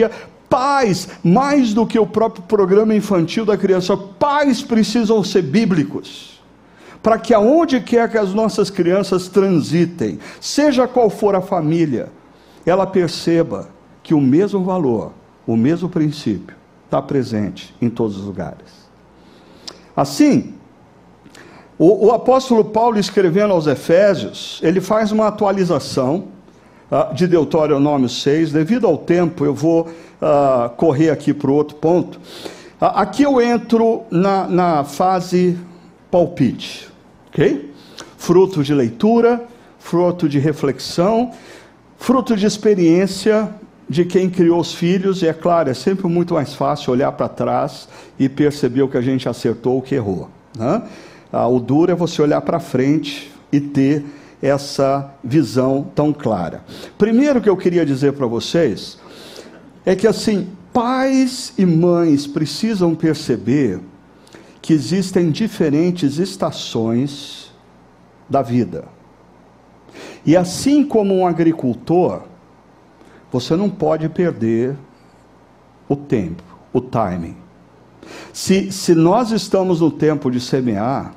Pais, mais do que o próprio programa infantil da criança, pais precisam ser bíblicos, para que aonde quer que as nossas crianças transitem, seja qual for a família, ela perceba que o mesmo valor, o mesmo princípio, está presente em todos os lugares. Assim, o apóstolo Paulo, escrevendo aos Efésios, ele faz uma atualização de Deuteronômio 6, devido ao tempo eu vou correr aqui para o outro ponto. Aqui eu entro na fase palpite, ok? Fruto de leitura, fruto de reflexão, fruto de experiência de quem criou os filhos, e é claro, é sempre muito mais fácil olhar para trás e perceber o que a gente acertou, o que errou, né? O duro é você olhar para frente e ter essa visão tão clara. Primeiro que eu queria dizer para vocês, é que assim, pais e mães precisam perceber que existem diferentes estações da vida. E assim como um agricultor, você não pode perder o tempo, o timing. Se nós estamos no tempo de semear,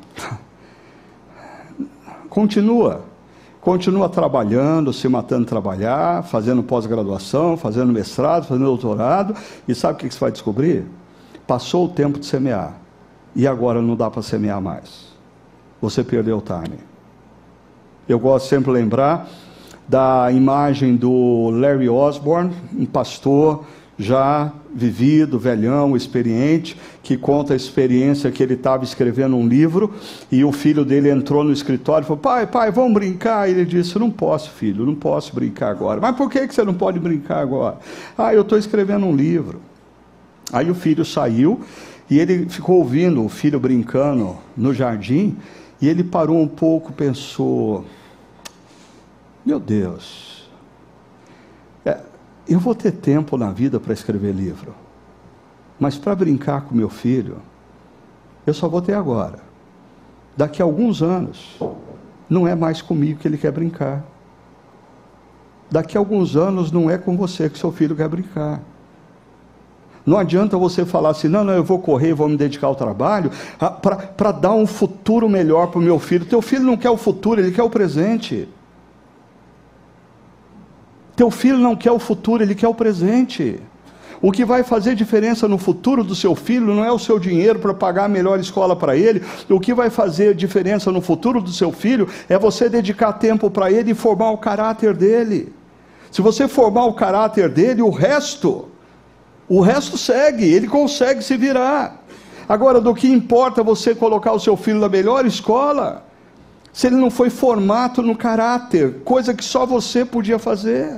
continua trabalhando, se matando de trabalhar, fazendo pós-graduação, fazendo mestrado, fazendo doutorado, e sabe o que você vai descobrir? Passou o tempo de semear, e agora não dá para semear mais. Você perdeu o timing. Eu gosto sempre de lembrar da imagem do Larry Osborne, um pastor já vivido, velhão, experiente, que conta a experiência que ele estava escrevendo um livro, e o filho dele entrou no escritório e falou: pai, vamos brincar? E ele disse: não posso, filho, não posso brincar agora. Mas por que você não pode brincar agora? Eu estou escrevendo um livro. Aí o filho saiu, e ele ficou ouvindo o filho brincando no jardim, e ele parou um pouco, pensou: meu Deus, eu vou ter tempo na vida para escrever livro, mas para brincar com meu filho, eu só vou ter agora. Daqui a alguns anos, não é mais comigo que ele quer brincar. Daqui a alguns anos, não é com você que seu filho quer brincar. Não adianta você falar assim: não, eu vou correr, vou me dedicar ao trabalho, para dar um futuro melhor para o meu filho. Teu filho não quer o futuro, ele quer o presente. Teu filho não quer o futuro, ele quer o presente. O que vai fazer diferença no futuro do seu filho não é o seu dinheiro para pagar a melhor escola para ele. O que vai fazer diferença no futuro do seu filho é você dedicar tempo para ele e formar o caráter dele. Se você formar o caráter dele, o resto segue, ele consegue se virar. Agora, do que importa você colocar o seu filho na melhor escola, se ele não foi formado no caráter, coisa que só você podia fazer.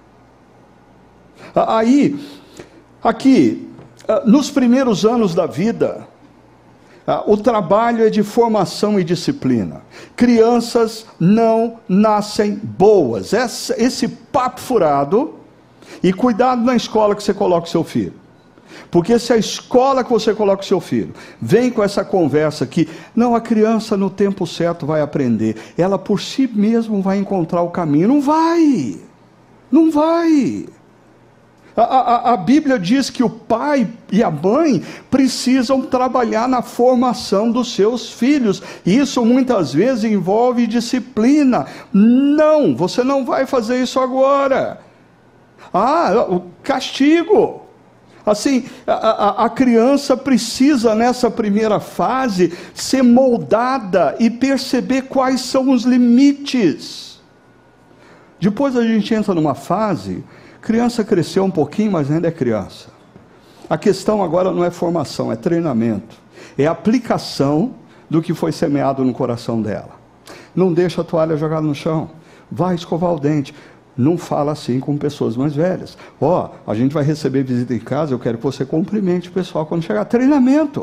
Aí, aqui, nos primeiros anos da vida, o trabalho é de formação e disciplina. Crianças não nascem boas. Esse papo furado, e cuidado na escola que você coloca o seu filho. Porque se a escola que você coloca o seu filho vem com essa conversa que não, a criança no tempo certo vai aprender, ela por si mesma vai encontrar o caminho, não vai. A Bíblia diz que o pai e a mãe precisam trabalhar na formação dos seus filhos. Isso muitas vezes envolve disciplina. Não, você não vai fazer isso agora. O castigo. Assim, a criança precisa nessa primeira fase ser moldada e perceber quais são os limites. Depois a gente entra numa fase, criança cresceu um pouquinho, mas ainda é criança. A questão agora não é formação, é treinamento. É aplicação do que foi semeado no coração dela. Não deixa a toalha jogada no chão. Vai escovar o dente. Não fala assim com pessoas mais velhas. A gente vai receber visita em casa, eu quero que você cumprimente o pessoal quando chegar. Treinamento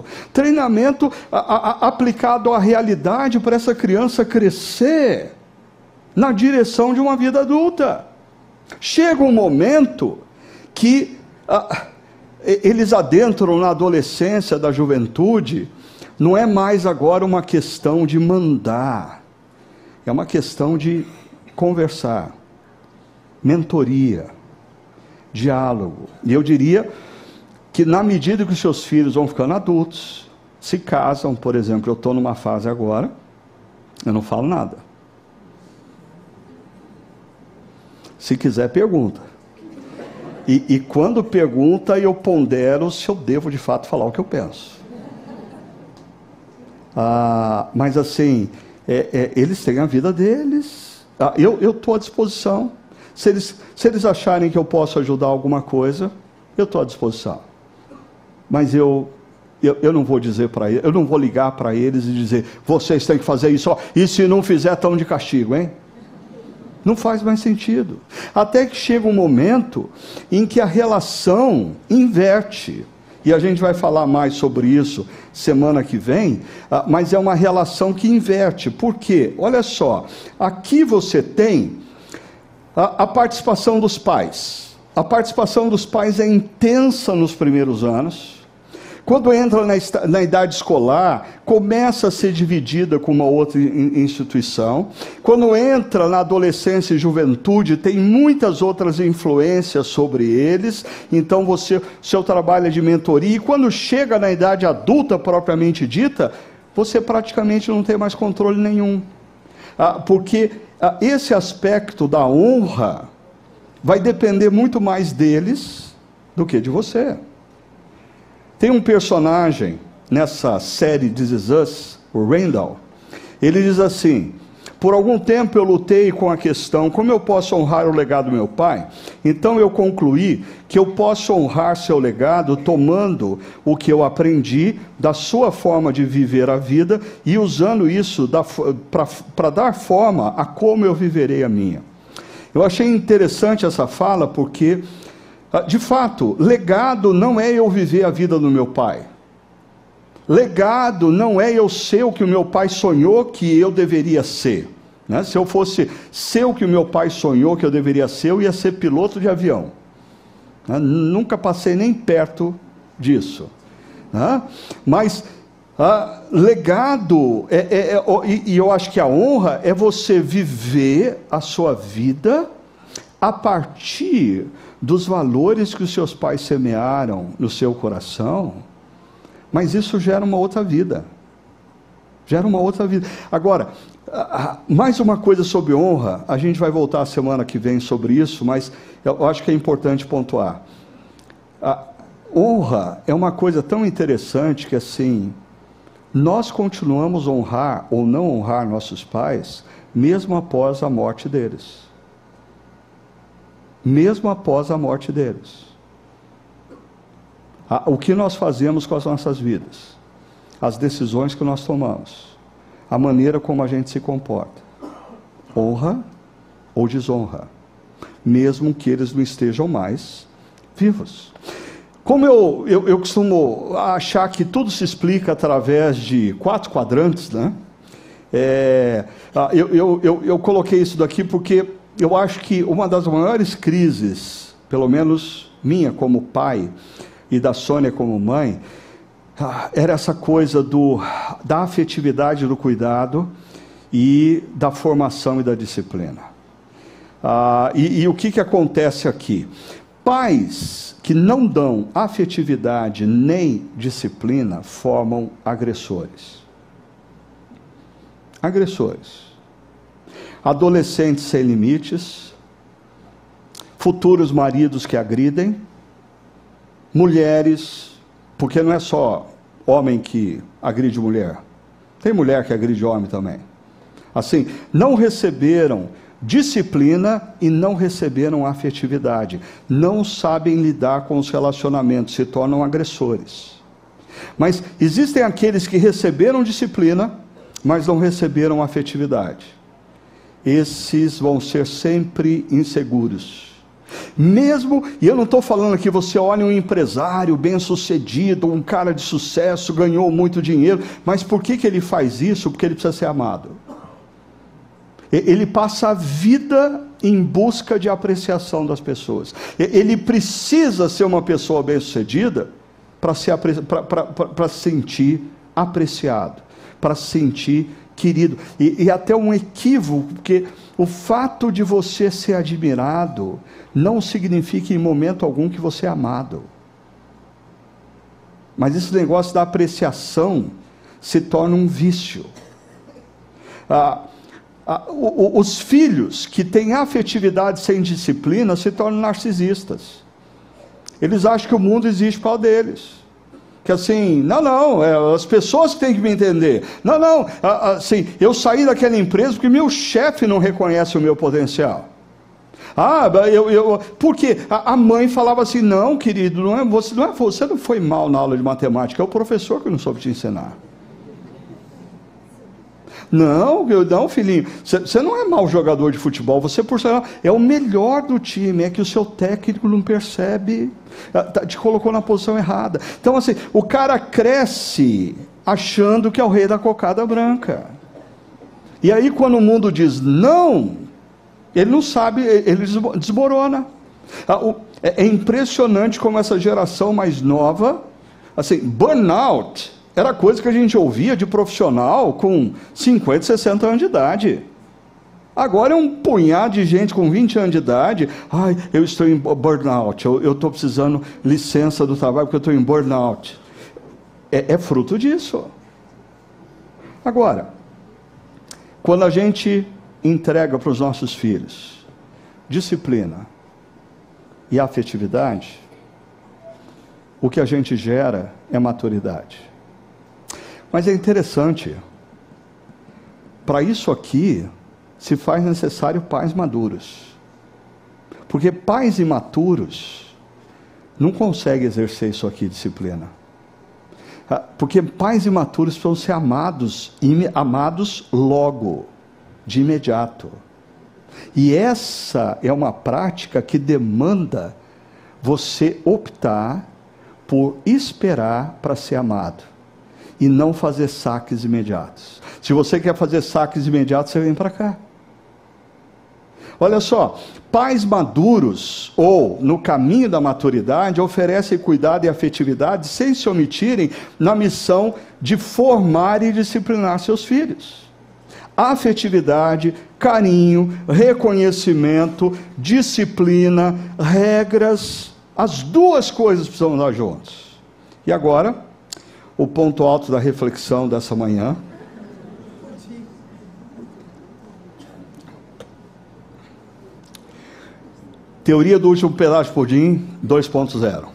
aplicado à realidade para essa criança crescer na direção de uma vida adulta. Chega um momento que eles adentram na adolescência, da juventude, não é mais agora uma questão de mandar, é uma questão de conversar. Mentoria, diálogo. E eu diria que na medida que os seus filhos vão ficando adultos, se casam, por exemplo, eu estou numa fase agora, eu não falo nada. Se quiser, pergunta. E quando pergunta, eu pondero se eu devo de fato falar o que eu penso. Mas assim, eles têm a vida deles. Eu estou à disposição. Se eles acharem que eu posso ajudar alguma coisa, eu estou à disposição. Mas eu não vou dizer para eles, eu não vou ligar para eles e dizer, vocês têm que fazer isso, e se não fizer, estão de castigo, hein? Não faz mais sentido. Até que chega um momento em que a relação inverte. E a gente vai falar mais sobre isso semana que vem, mas é uma relação que inverte. Por quê? Olha só, aqui você tem a participação dos pais. A participação dos pais é intensa nos primeiros anos. Quando entra na idade escolar, começa a ser dividida com uma outra instituição. Quando entra na adolescência e juventude, tem muitas outras influências sobre eles. Então, seu trabalho é de mentoria. E quando chega na idade adulta, propriamente dita, você praticamente não tem mais controle nenhum. Porque esse aspecto da honra vai depender muito mais deles do que de você. Tem um personagem nessa série This Is Us, o Randall. Ele diz assim: por algum tempo eu lutei com a questão, como eu posso honrar o legado do meu pai? Então eu concluí que eu posso honrar seu legado tomando o que eu aprendi da sua forma de viver a vida e usando isso para dar forma a como eu viverei a minha. Eu achei interessante essa fala porque, de fato, legado não é eu viver a vida do meu pai. Legado não é eu ser o que o meu pai sonhou que eu deveria ser. Né? Se eu fosse ser o que o meu pai sonhou que eu deveria ser, eu ia ser piloto de avião. Né? Nunca passei nem perto disso. Né? Mas legado, e eu acho que a honra é você viver a sua vida a partir dos valores que os seus pais semearam no seu coração, mas isso gera uma outra vida. Gera uma outra vida. Agora, mais uma coisa sobre honra, a gente vai voltar a semana que vem sobre isso, mas eu acho que é importante pontuar. A honra é uma coisa tão interessante que assim, nós continuamos a honrar ou não honrar nossos pais, mesmo após a morte deles. Mesmo após a morte deles. O que nós fazemos com as nossas vidas, as decisões que nós tomamos, a maneira como a gente se comporta, honra ou desonra, mesmo que eles não estejam mais vivos. Como eu costumo achar que tudo se explica através de 4 quadrantes, né? Eu coloquei isso daqui porque eu acho que uma das maiores crises, pelo menos minha como pai e da Sônia como mãe, era essa coisa da afetividade, do cuidado e da formação e da disciplina. E o que acontece aqui? Pais que não dão afetividade nem disciplina formam agressores. Agressores. Adolescentes sem limites, futuros maridos que agridem, mulheres, porque não é só homem que agride mulher, tem mulher que agride homem também. Assim, não receberam disciplina e não receberam afetividade, não sabem lidar com os relacionamentos, se tornam agressores. Mas existem aqueles que receberam disciplina, mas não receberam afetividade. Esses vão ser sempre inseguros. Mesmo, e eu não estou falando aqui, você olha um empresário bem-sucedido, um cara de sucesso, ganhou muito dinheiro, mas por que ele faz isso? Porque ele precisa ser amado. Ele passa a vida em busca de apreciação das pessoas. Ele precisa ser uma pessoa bem-sucedida para se sentir apreciado, para se sentir querido. E até um equívoco, porque o fato de você ser admirado não significa em momento algum que você é amado. Mas esse negócio da apreciação se torna um vício. Os filhos que têm afetividade sem disciplina se tornam narcisistas. Eles acham que o mundo existe por causa deles. Que assim, as pessoas que têm que me entender. Assim, eu saí daquela empresa porque meu chefe não reconhece o meu potencial. Porque a mãe falava assim, não, querido, você não foi mal na aula de matemática, é o professor que não soube te ensinar. Não, filhinho, você não é mau jogador de futebol, você por sinal é o melhor do time, é que o seu técnico não percebe, te colocou na posição errada. Então assim, o cara cresce achando que é o rei da cocada branca. E aí quando o mundo diz não, ele não sabe, ele desmorona. É impressionante como essa geração mais nova, assim, burnout era coisa que a gente ouvia de profissional com 50, 60 anos de idade. Agora é um punhado de gente com 20 anos de idade. Eu estou em burnout, eu estou precisando licença do trabalho porque eu estou em burnout. É fruto disso. Agora, quando a gente entrega para os nossos filhos disciplina e afetividade, o que a gente gera é maturidade. Mas é interessante, para isso aqui se faz necessário pais maduros, porque pais imaturos não conseguem exercer isso aqui, disciplina, porque pais imaturos precisam ser amados logo, de imediato, e essa é uma prática que demanda você optar por esperar para ser amado, e não fazer saques imediatos. Se você quer fazer saques imediatos, você vem para cá. Olha só, pais maduros, ou no caminho da maturidade, oferecem cuidado e afetividade sem se omitirem na missão de formar e disciplinar seus filhos. Afetividade, carinho, reconhecimento, disciplina, regras, as duas coisas precisam andar juntos. E agora, o ponto alto da reflexão dessa manhã. Teoria do último pedaço de pudim 2.0.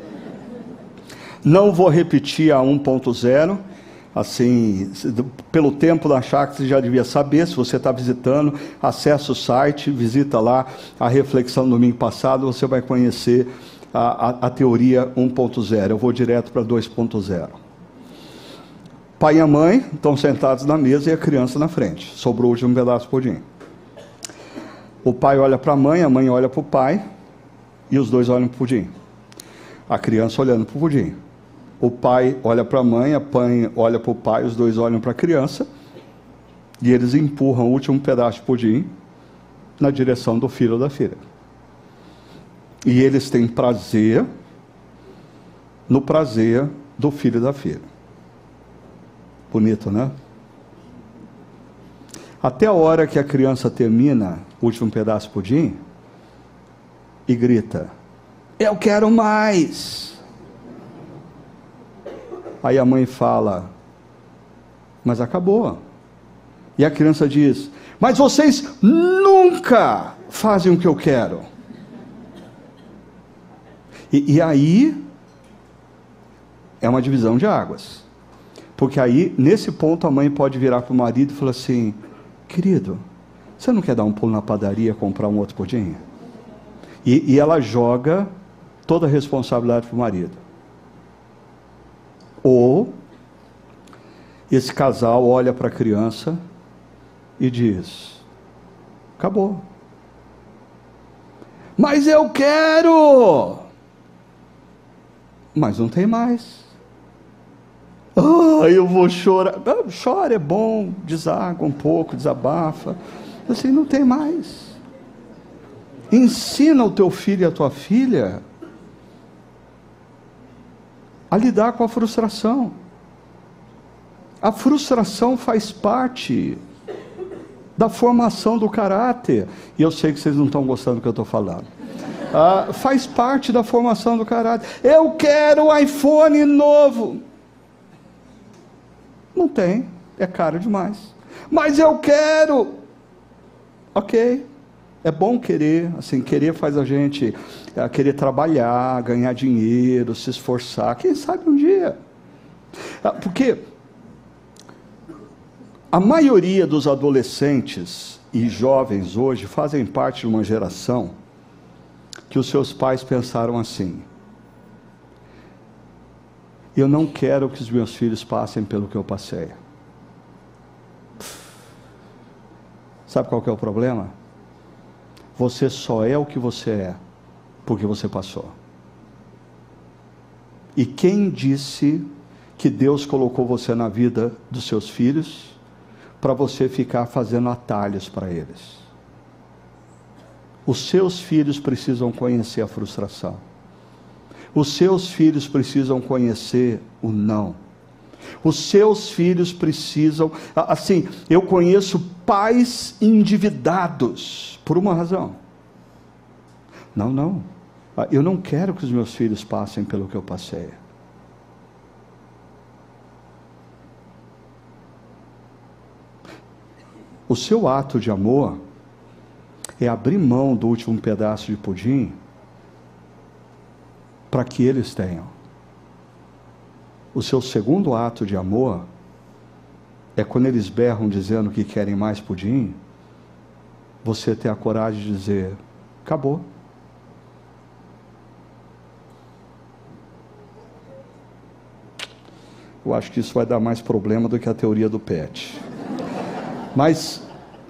Não vou repetir a 1.0. Assim, pelo tempo da chácara você já devia saber. Se você está visitando, acessa o site, visita lá a reflexão do domingo passado, você vai conhecer a teoria 1.0. Eu vou direto para 2.0. Pai e a mãe estão sentados na mesa e a criança na frente. Sobrou o último pedaço de pudim. O pai olha para a mãe olha para o pai, e os dois olham para o pudim. A criança olhando para o pudim. O pai olha para a mãe olha para o pai, os dois olham para a criança, e eles empurram o último pedaço de pudim na direção do filho ou da filha. E eles têm prazer no prazer do filho e da filha. Bonito, né? Até a hora que a criança termina o último pedaço de pudim e grita: eu quero mais. Aí a mãe fala: mas acabou. E a criança diz: mas vocês nunca fazem o que eu quero. E aí é uma divisão de águas. Porque aí, nesse ponto, a mãe pode virar para o marido e falar assim: querido, você não quer dar um pulo na padaria, comprar um outro pudim? E ela joga toda a responsabilidade para o marido. Ou esse casal olha para a criança e diz: acabou. Mas eu quero! Mas não tem mais. Eu vou chorar. Chora, é bom, deságua um pouco, desabafa. Assim, não tem mais. Ensina o teu filho e a tua filha a lidar com a frustração. A frustração faz parte da formação do caráter. E eu sei que vocês não estão gostando do que eu estou falando. Faz parte da formação do caráter. Eu quero um iPhone novo. Não tem, é caro demais. Mas eu quero. Ok, é bom querer, assim, querer faz a gente querer trabalhar, ganhar dinheiro, se esforçar, quem sabe um dia. Porque a maioria dos adolescentes e jovens hoje fazem parte de uma geração que os seus pais pensaram assim: eu não quero que os meus filhos passem pelo que eu passei. Sabe qual que é o problema? Você só é o que você é porque você passou. E quem disse que Deus colocou você na vida dos seus filhos para você ficar fazendo atalhos para eles? Os seus filhos precisam conhecer a frustração. Os seus filhos precisam conhecer o não. Os seus filhos precisam, assim, eu conheço pais endividados por uma razão. Não, eu não quero que os meus filhos passem pelo que eu passei. O seu ato de amor é abrir mão do último pedaço de pudim para que eles tenham. O seu segundo ato de amor é quando eles berram dizendo que querem mais pudim, você ter a coragem de dizer: acabou. Eu acho que isso vai dar mais problema do que a teoria do PET. Mas,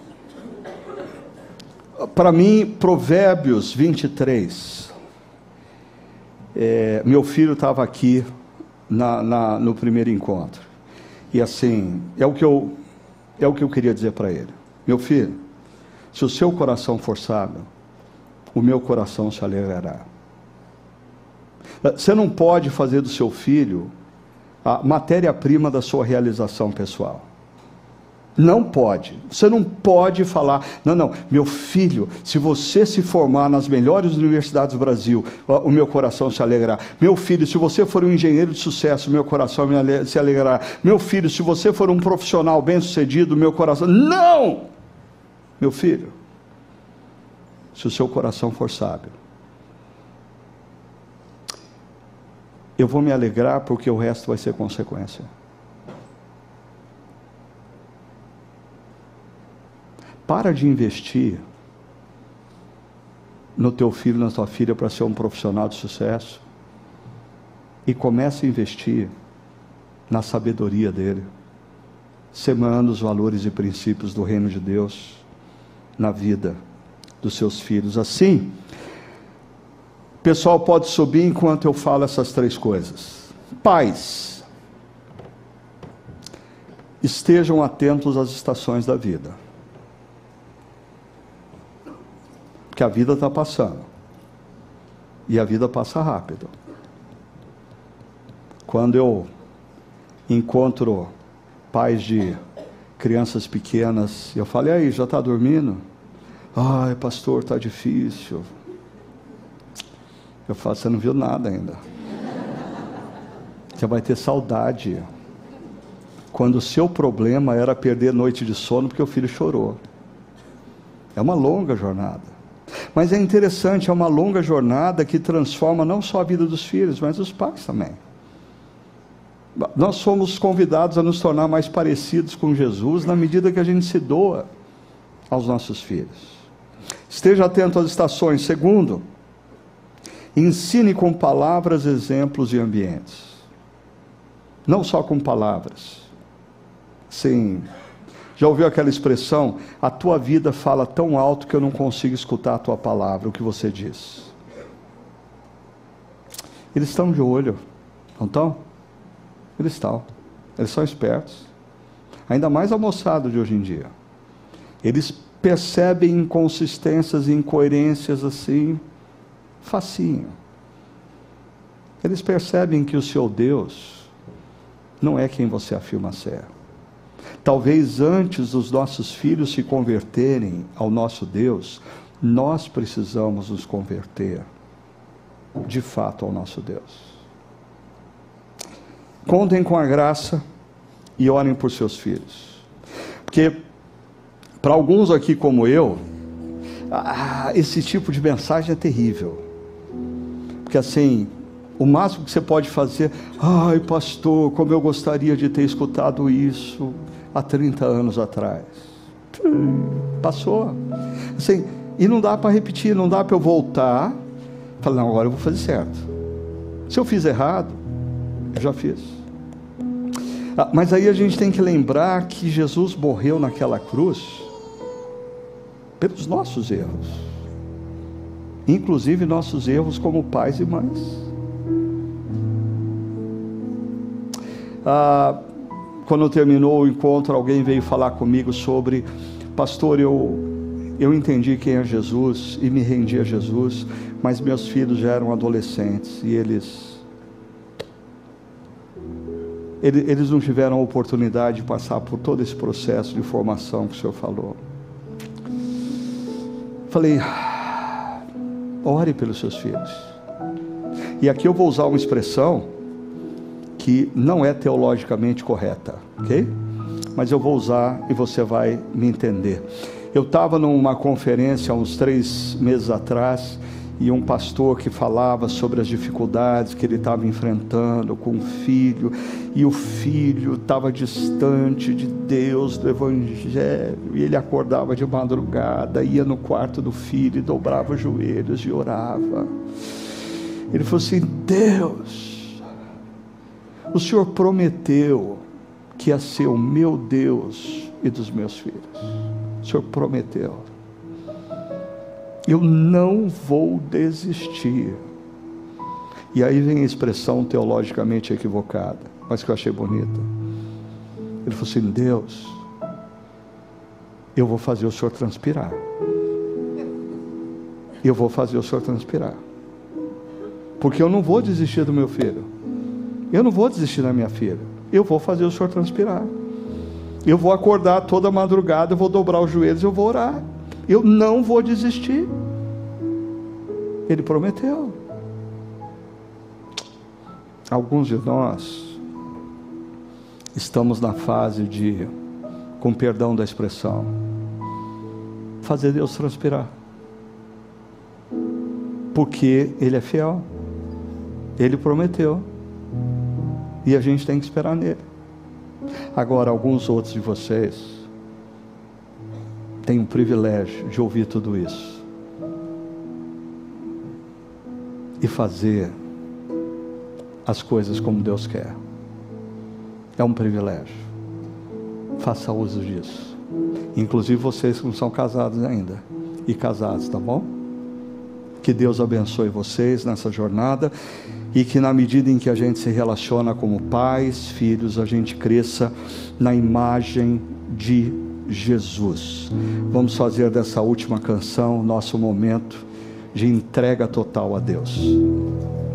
para mim, Provérbios 23, meu filho estava aqui no primeiro encontro, e assim, é o que eu queria dizer para ele: meu filho, se o seu coração for sábio, o meu coração se alegrará. Você não pode fazer do seu filho a matéria-prima da sua realização pessoal. Não pode. Você não pode falar: não, meu filho, se você se formar nas melhores universidades do Brasil, o meu coração se alegrará. Meu filho, se você for um engenheiro de sucesso, meu coração se alegrará. Meu filho, se você for um profissional bem-sucedido, meu coração... Não! Meu filho, se o seu coração for sábio, eu vou me alegrar, porque o resto vai ser consequência. Para de investir no teu filho, na tua filha, para ser um profissional de sucesso, e comece a investir na sabedoria dele, semeando os valores e princípios do reino de Deus na vida dos seus filhos. Assim, o pessoal pode subir enquanto eu falo essas três coisas. Pais, estejam atentos às estações da vida, que a vida está passando, e a vida passa rápido. Quando eu encontro pais de crianças pequenas, eu falo: e aí, já está dormindo? Ai, pastor, está difícil. Eu falo: você não viu nada ainda. Você vai ter saudade quando o seu problema era perder noite de sono porque o filho chorou. É uma longa jornada. Mas é interessante, é uma longa jornada que transforma não só a vida dos filhos, mas dos pais também. Nós somos convidados a nos tornar mais parecidos com Jesus na medida que a gente se doa aos nossos filhos. Esteja atento às estações. Segundo, ensine com palavras, exemplos e ambientes. Não só com palavras. Sim. Já ouviu aquela expressão: a tua vida fala tão alto que eu não consigo escutar a tua palavra, o que você diz? Eles estão de olho, não estão? Eles estão. Eles são espertos. Ainda mais a moçada de hoje em dia. Eles percebem inconsistências e incoerências assim, facinho. Eles percebem que o seu Deus não é quem você afirma ser. Talvez antes dos nossos filhos se converterem ao nosso Deus, nós precisamos nos converter de fato ao nosso Deus. Contem com a graça e orem por seus filhos. Porque para alguns aqui como eu, esse tipo de mensagem é terrível. Porque assim, o máximo que você pode fazer, ai pastor, como eu gostaria de ter escutado isso há 30 anos atrás. Passou. Assim, e não dá para repetir, não dá para eu voltar. Falar, não, agora eu vou fazer certo. Se eu fiz errado, eu já fiz. Mas aí a gente tem que lembrar que Jesus morreu naquela cruz pelos nossos erros. Inclusive nossos erros como pais e mães. Quando terminou o encontro, alguém veio falar comigo sobre, pastor, eu entendi quem é Jesus e me rendi a Jesus, mas meus filhos já eram adolescentes e eles não tiveram a oportunidade de passar por todo esse processo de formação que o senhor falou. Falei, ore pelos seus filhos. E aqui eu vou usar uma expressão que não é teologicamente correta, ok? Mas eu vou usar e você vai me entender. Eu estava numa conferência há uns 3 meses atrás, e um pastor que falava sobre as dificuldades que ele estava enfrentando com o filho, e o filho estava distante de Deus, do Evangelho, e ele acordava de madrugada, ia no quarto do filho, e dobrava os joelhos e orava. Ele falou assim, Deus, o Senhor prometeu que ia ser o meu Deus e dos meus filhos. O Senhor prometeu. Eu não vou desistir. E aí vem a expressão teologicamente equivocada, mas que eu achei bonita. Ele falou assim, Deus, eu vou fazer o Senhor transpirar. Eu vou fazer o Senhor transpirar. Porque eu não vou desistir do meu filho. Eu não vou desistir da minha filha. Eu vou fazer o Senhor transpirar. Eu vou acordar toda madrugada, eu vou dobrar os joelhos, eu vou orar. Eu não vou desistir. Ele prometeu. Alguns de nós estamos na fase de, com perdão da expressão, fazer Deus transpirar. Porque Ele é fiel. Ele prometeu. E a gente tem que esperar nele. Agora, alguns outros de vocês tem o privilégio de ouvir tudo isso e fazer as coisas como Deus quer. É um privilégio. Faça uso disso. Inclusive vocês que não são casados ainda e casados, tá bom? Que Deus abençoe vocês nessa jornada e que na medida em que a gente se relaciona como pais, filhos, a gente cresça na imagem de Jesus. Vamos fazer dessa última canção nosso momento de entrega total a Deus.